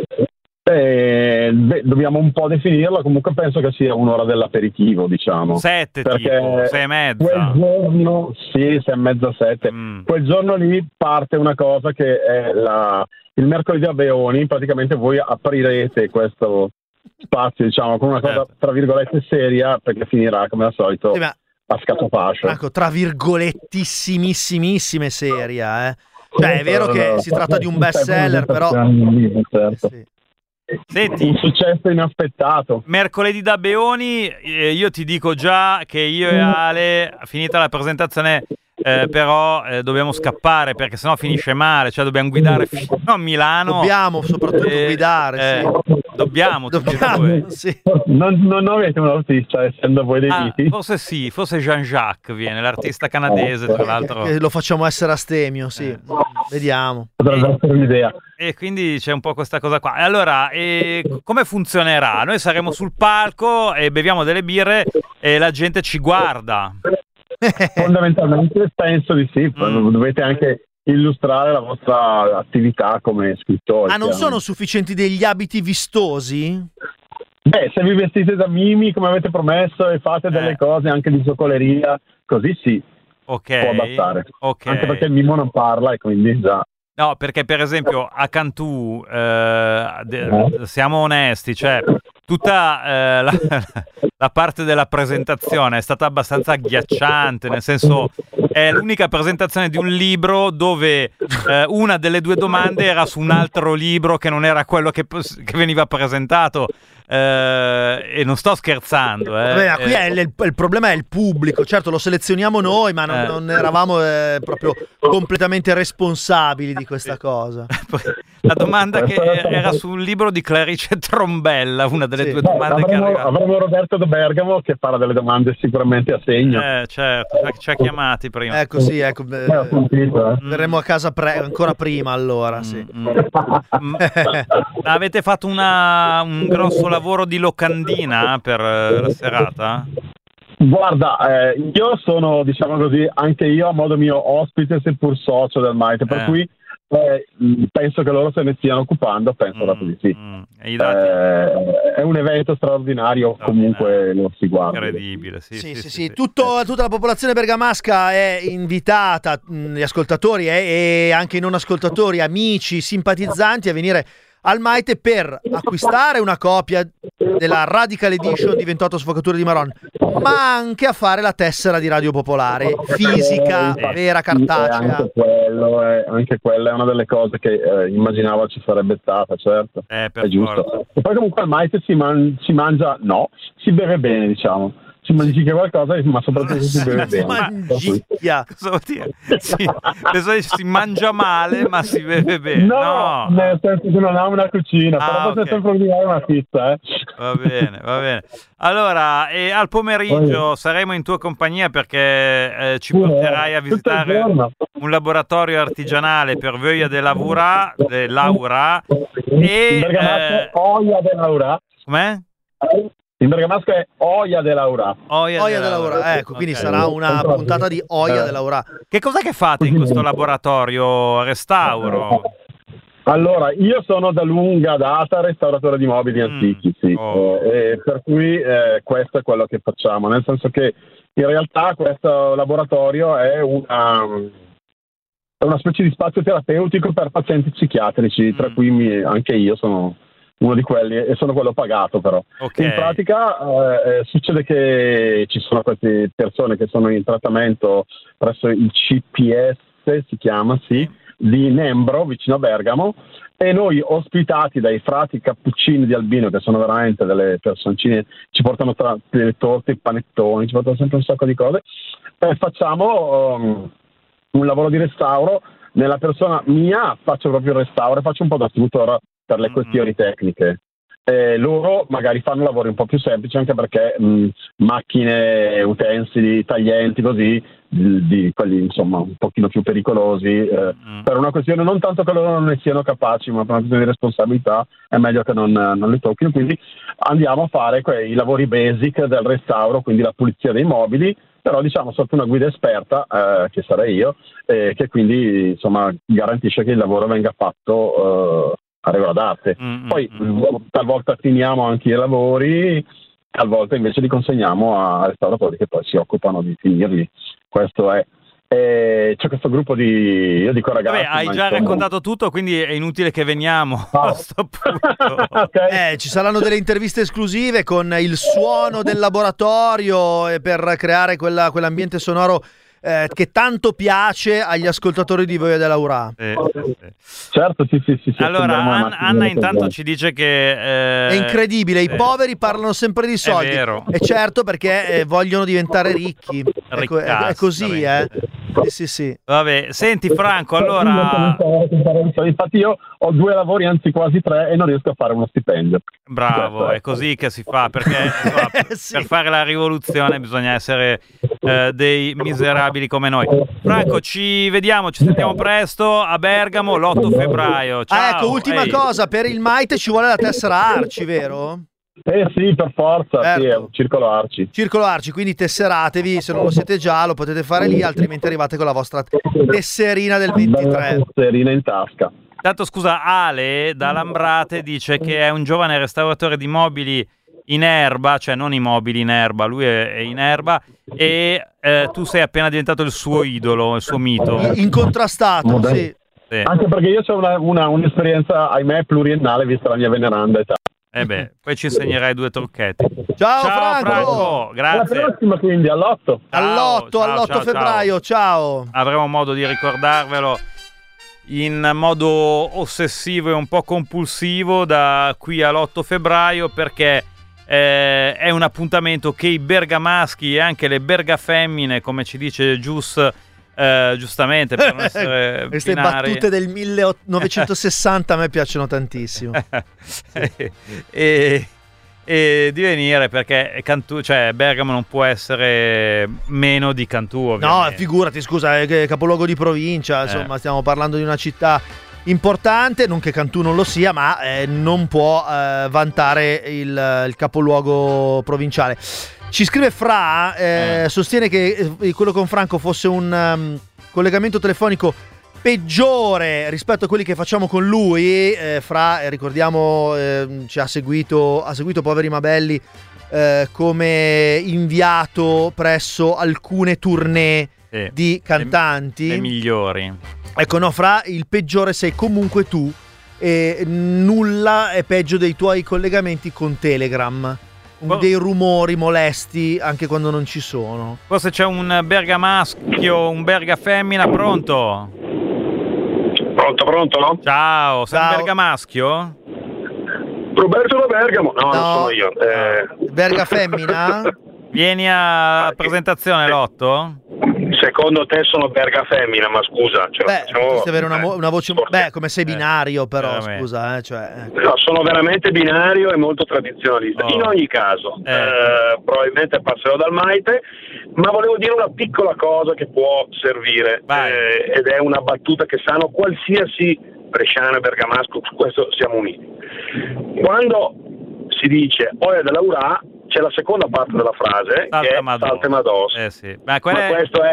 Eh, beh, dobbiamo un po' definirlo, comunque penso che sia un'ora dell'aperitivo, diciamo. Sette Perché tipo, sei e mezza. Quel giorno, sì, sei e mezza, sette. Mm. Quel giorno lì parte una cosa che è la, il mercoledì a Beoni, praticamente voi aprirete questo spazio, diciamo, con una cosa Certo. tra virgolette seria, perché finirà come al solito Sì, ma a scatofascio. Franco, tra virgolettissimissime seria, eh. Cioè, è vero che si tratta di un best seller, però Certo. sì. Senti, Un successo inaspettato. mercoledì da Beoni, eh, io ti dico già che io e Ale, finita la presentazione, eh, però eh, dobbiamo scappare perché sennò finisce male, cioè dobbiamo guidare fino a Milano. Dobbiamo soprattutto Eh, guidare, eh, sì. Dobbiamo, tutti e Dobbiamo, due. sì. Non, non avete un artista, essendo voi dei Ah, miti? forse sì, forse Jean-Jacques viene, l'artista canadese, tra l'altro. Che lo facciamo essere astemio, sì. Eh. Vediamo. Potrebbe essere un'idea. E quindi c'è un po' questa cosa qua. E allora, e come funzionerà? Noi saremo sul palco e beviamo delle birre e la gente ci guarda. Fondamentalmente penso di sì, Mm. dovete anche illustrare la vostra attività come scrittori. Ah, non sono chiaramente. sufficienti degli abiti vistosi? Beh, se vi vestite da mimi come avete promesso e fate delle Eh. cose anche di giocoleria, così sì, Ok. può bastare. Ok. Anche perché il mimo non parla e quindi già. No, perché per esempio a Cantù eh, de- siamo onesti, cioè tutta eh, la, la parte della presentazione è stata abbastanza agghiacciante, nel senso è l'unica presentazione di un libro dove eh, una delle due domande era su un altro libro che non era quello che, che veniva presentato. Eh, e non sto scherzando, eh. Vabbè, ma qui Eh, è il, il problema è il pubblico, certo lo selezioniamo noi, ma non, Eh. non eravamo eh, proprio completamente responsabili di questa cosa. La domanda che era sul libro di Clarice Trombella, una delle Sì. due Beh, domande che avremo, arriva. avremo Roberto da Bergamo che farà delle domande sicuramente a segno. Eh, certo, ci ha chiamati prima. Ecco, sì, ecco. eh, Eh, ho sentito, eh. verremo a casa pre- ancora prima, allora, sì. Mm, mm. Avete fatto una, un grosso lavoro di locandina per eh, la serata? Guarda, eh, io sono, diciamo così, anche io a modo mio ospite, seppur socio del Maite, per Eh. cui eh, mh, penso che loro se ne stiano occupando, penso proprio di sì. Mm, e i dati Eh, è un evento straordinario, comunque lo si guarda. incredibile, sì, Sì, sì, sì, sì, sì, sì. Tutto- tutta la popolazione bergamasca è invitata, mh, gli ascoltatori eh, e anche i non ascoltatori, amici, simpatizzanti a venire al Maite per acquistare una copia della Radical Edition di ventotto sfocature di Marron, ma anche a fare la tessera di Radio Popolare, fisica, Eh, vera, sì, cartacea. Anche quello, è, anche quella è una delle cose che eh, immaginavo ci sarebbe stata, certo. Eh, per È giusto. forza. E poi comunque al Maite si, man- si mangia, no, si beve bene, diciamo. Si mangica qualcosa, ma soprattutto si beve Si bene. mangia. Cosa vuol dire? Sì, penso che si mangia male, ma si beve bene. No, No, nel senso che non ha una cucina, Ah, però potete ok. sempre ordinare una pizza, eh. va bene, va bene. Allora, e al pomeriggio saremo in tua compagnia perché eh, ci Pure, porterai a tutto il visitare giorno. un laboratorio artigianale per Voglia de Laura, de Laura In e Bergamasco eh, Oia de Laura. com'è? In Bergamasco è Oia de Laura. Oia, Oia de della Laura. Laura, ecco, quindi Ok. sarà una puntata di Oia Eh. della Laura. Che cos'è che fate in questo laboratorio? Restauro? Allora, io sono da lunga data restauratore di mobili Mm. antichi, sì. Oh. Eh, e per cui eh, questo è quello che facciamo, nel senso che in realtà questo laboratorio è una, è una specie di spazio terapeutico per pazienti psichiatrici, Mm. tra cui mi- anche io sono uno di quelli e sono quello pagato però. Ok. In pratica eh, eh, succede che ci sono queste persone che sono in trattamento presso il C P S, si chiama, sì, di Nembro, vicino a Bergamo, e noi ospitati dai frati cappuccini di Albino, che sono veramente delle personcine, ci portano tra le torte, i panettoni, ci portano sempre un sacco di cose, e facciamo um, un lavoro di restauro. Nella persona mia faccio proprio il restauro e faccio un po' da tutor per le questioni tecniche. Eh, loro magari fanno lavori un po' più semplici, anche perché mh, macchine, utensili, taglienti, così, di, di quelli insomma un pochino più pericolosi, eh, Mm. per una questione non tanto che loro non ne siano capaci, ma per una questione di responsabilità è meglio che non, non li tocchino. Quindi andiamo a fare quei lavori basic del restauro, quindi la pulizia dei mobili, però diciamo sotto una guida esperta, eh, che sarei io, eh, che quindi insomma garantisce che il lavoro venga fatto eh, a regola d'arte. Mm, Poi mm, mm. talvolta finiamo anche i lavori, talvolta invece li consegniamo a restauratori che poi si occupano di finirli. Questo è. E c'è questo gruppo di, io dico ragazzi. Vabbè, hai ma già insomma- raccontato tutto, quindi è inutile che veniamo Ah. a sto punto. Ok. Eh, ci saranno delle interviste esclusive con il suono del laboratorio e per creare quella- quell'ambiente sonoro eh, che tanto piace agli ascoltatori di Voglio della Ura. Eh, eh. Certo, sì, sì, sì. sì, Allora, sembriamo una An- macchina Anna di intanto pesante. ci dice che... eh, È incredibile, i sì. poveri parlano sempre di soldi. vero. E certo, perché eh, vogliono diventare ricchi. È, co- è- è così, eh. Sì, sì, sì. Vabbè, senti Franco, allora... Infatti io ho due lavori, anzi quasi tre, e non riesco a fare uno stipendio. Bravo, è così che si fa, perché insomma, Sì. per fare la rivoluzione bisogna essere eh, dei miserabili come noi. Franco, ci vediamo, ci sentiamo presto a Bergamo l'otto febbraio. Ciao. Ah, ecco, ultima Ehi. cosa, per il Maite ci vuole la tessera Arci, vero? Eh sì, per forza, Certo. sì, è un circolo Arci. Circolo Arci, quindi tesseratevi, se non lo siete già lo potete fare lì, altrimenti arrivate con la vostra tesserina del Bella ventitré. tesserina in tasca. Tanto scusa, Ale da Lambrate dice che è un giovane restauratore di mobili in erba, cioè non i mobili in erba, lui è, è in erba, e eh, tu sei appena diventato il suo idolo, il suo mito. Incontrastato, Modello. sì. Sì. Anche perché io ho una, una, un'esperienza, ahimè, pluriennale, vista la mia veneranda età. Eh beh, poi ci insegnerai due trucchetti. Ciao, Ciao Franco! Franco, grazie. Alla prossima, quindi, all'otto. All'otto, Ciao, all'otto ciao, febbraio, ciao. Avremo modo di ricordarvelo in modo ossessivo e un po' compulsivo da qui all'otto febbraio, perché eh, è un appuntamento che i bergamaschi e anche le bergafemmine, come ci dice Gius, eh, giustamente per non essere Queste binari, battute del millenovecentosessanta a me piacciono tantissimo. e, e di venire, perché Cantù, cioè Bergamo non può essere meno di Cantù, No, ovviamente. figurati, scusa, è che- capoluogo di provincia, insomma, stiamo parlando di una città importante, non che Cantù non lo sia, ma eh, non può eh, vantare il, il capoluogo provinciale. Ci scrive Fra, eh, Eh. sostiene che eh, quello con Franco fosse un um, collegamento telefonico peggiore rispetto a quelli che facciamo con lui. eh, Fra, eh, ricordiamo, eh, ci ha seguito, ha seguito Poveri Mabelli eh, come inviato presso alcune tournée Sì. di cantanti. Le migliori. Ecco, no, Fra, il peggiore sei comunque tu, e nulla è peggio dei tuoi collegamenti con Telegram. Oh. Dei rumori molesti anche quando non ci sono. Forse c'è un berga maschio, un berga femmina, pronto? Pronto, pronto? Ciao, sei Ciao. un berga maschio? Roberto da Bergamo. No, No. non sono io. Eh, Verga femmina? Vieni a presentazione l'otto? secondo te sono Berga femmina, ma scusa. Cioè, Beh, facciamo- potresti avere una, eh, vo- una voce. forse- Beh, come sei binario, però, Eh, vabbè. scusa, eh, cioè. eh. No, sono veramente binario e molto tradizionalista. Oh. In ogni caso, Eh. eh, probabilmente passerò dal Maite, ma volevo dire una piccola cosa che può servire, Vai. eh, ed è una battuta che sanno qualsiasi bresciano e bergamasco, su questo siamo uniti. Quando si dice Oia della Ura, c'è la seconda parte della frase, che è Saltemados. Saltemados. Eh sì. Ma Ma quella è... questo è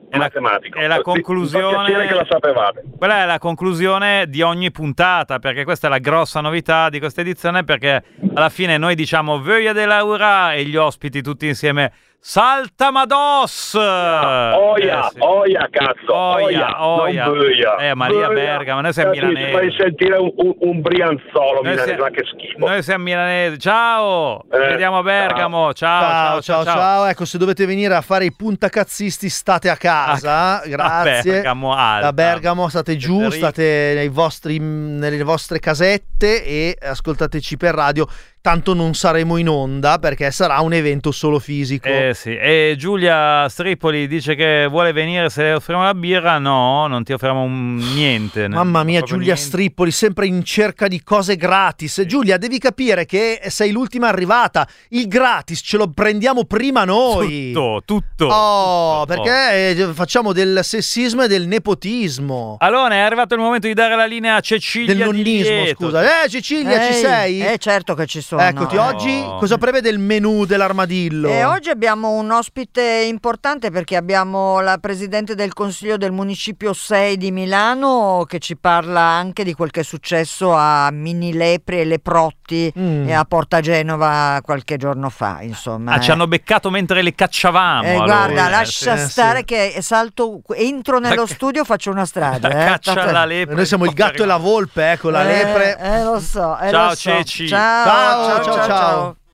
È la, matematico. è la conclusione. Mi fa piacere che la sapevate. Quella è la conclusione di ogni puntata, perché questa è la grossa novità di questa edizione, perché alla fine noi diciamo Voglia de Laura e gli ospiti tutti insieme Salta Mados! Oia, eh, sì. oia, cazzo, oia, oia. non Böia. Eh, Maria Bergamo, noi siamo Cazzo, milanesi. Mi fai sentire un, un, un brianzolo Noi milanese, siamo- ma che schifo. Noi siamo milanesi. Ciao! Ci Eh, vediamo a Bergamo. Ciao, Ciao, ciao, ciao, Ecco, se dovete venire a fare i puntacazzisti, state a casa. A Grazie. Bergamo Alta. Da Bergamo state giù, Federico. state nei vostri, nelle vostre casette e ascoltateci per radio. Tanto non saremo in onda perché sarà un evento solo fisico. Eh sì, e Giulia Stripoli dice che vuole venire se le offriamo la birra. No, non ti offriamo un niente. Mamma mia, proprio Giulia niente. Stripoli, sempre in cerca di cose gratis. Giulia, devi capire che sei l'ultima arrivata. Il gratis ce lo prendiamo prima noi. Tutto, tutto. Oh, tutto. perché eh, facciamo del sessismo e del nepotismo. Allora, è arrivato il momento di dare la linea a Cecilia Del Di nonnismo, Lieto. scusa. Eh, Cecilia, ci Ehi, sei? Eh, certo che ci sono. Eccoti, eh. oggi cosa prevede il menù dell'armadillo? E oggi abbiamo un ospite importante perché abbiamo la presidente del consiglio del municipio sei di Milano che ci parla anche di quel che è successo a Mini Lepri e Leprotti Mm. e a Porta Genova qualche giorno fa, insomma. Ah, ci eh. hanno beccato mentre le cacciavamo. Eh, allora. guarda, lascia sì, stare sì. che salto, entro nello studio, faccio una strage. La eh. caccia State- alla lepre. Noi siamo il gatto e la volpe, ecco, la Eh, lepre. Eh, lo so. eh, Ciao, lo so. Ceci. Ciao, Ciao, ciao, ciao, ciao. ciao. ciao.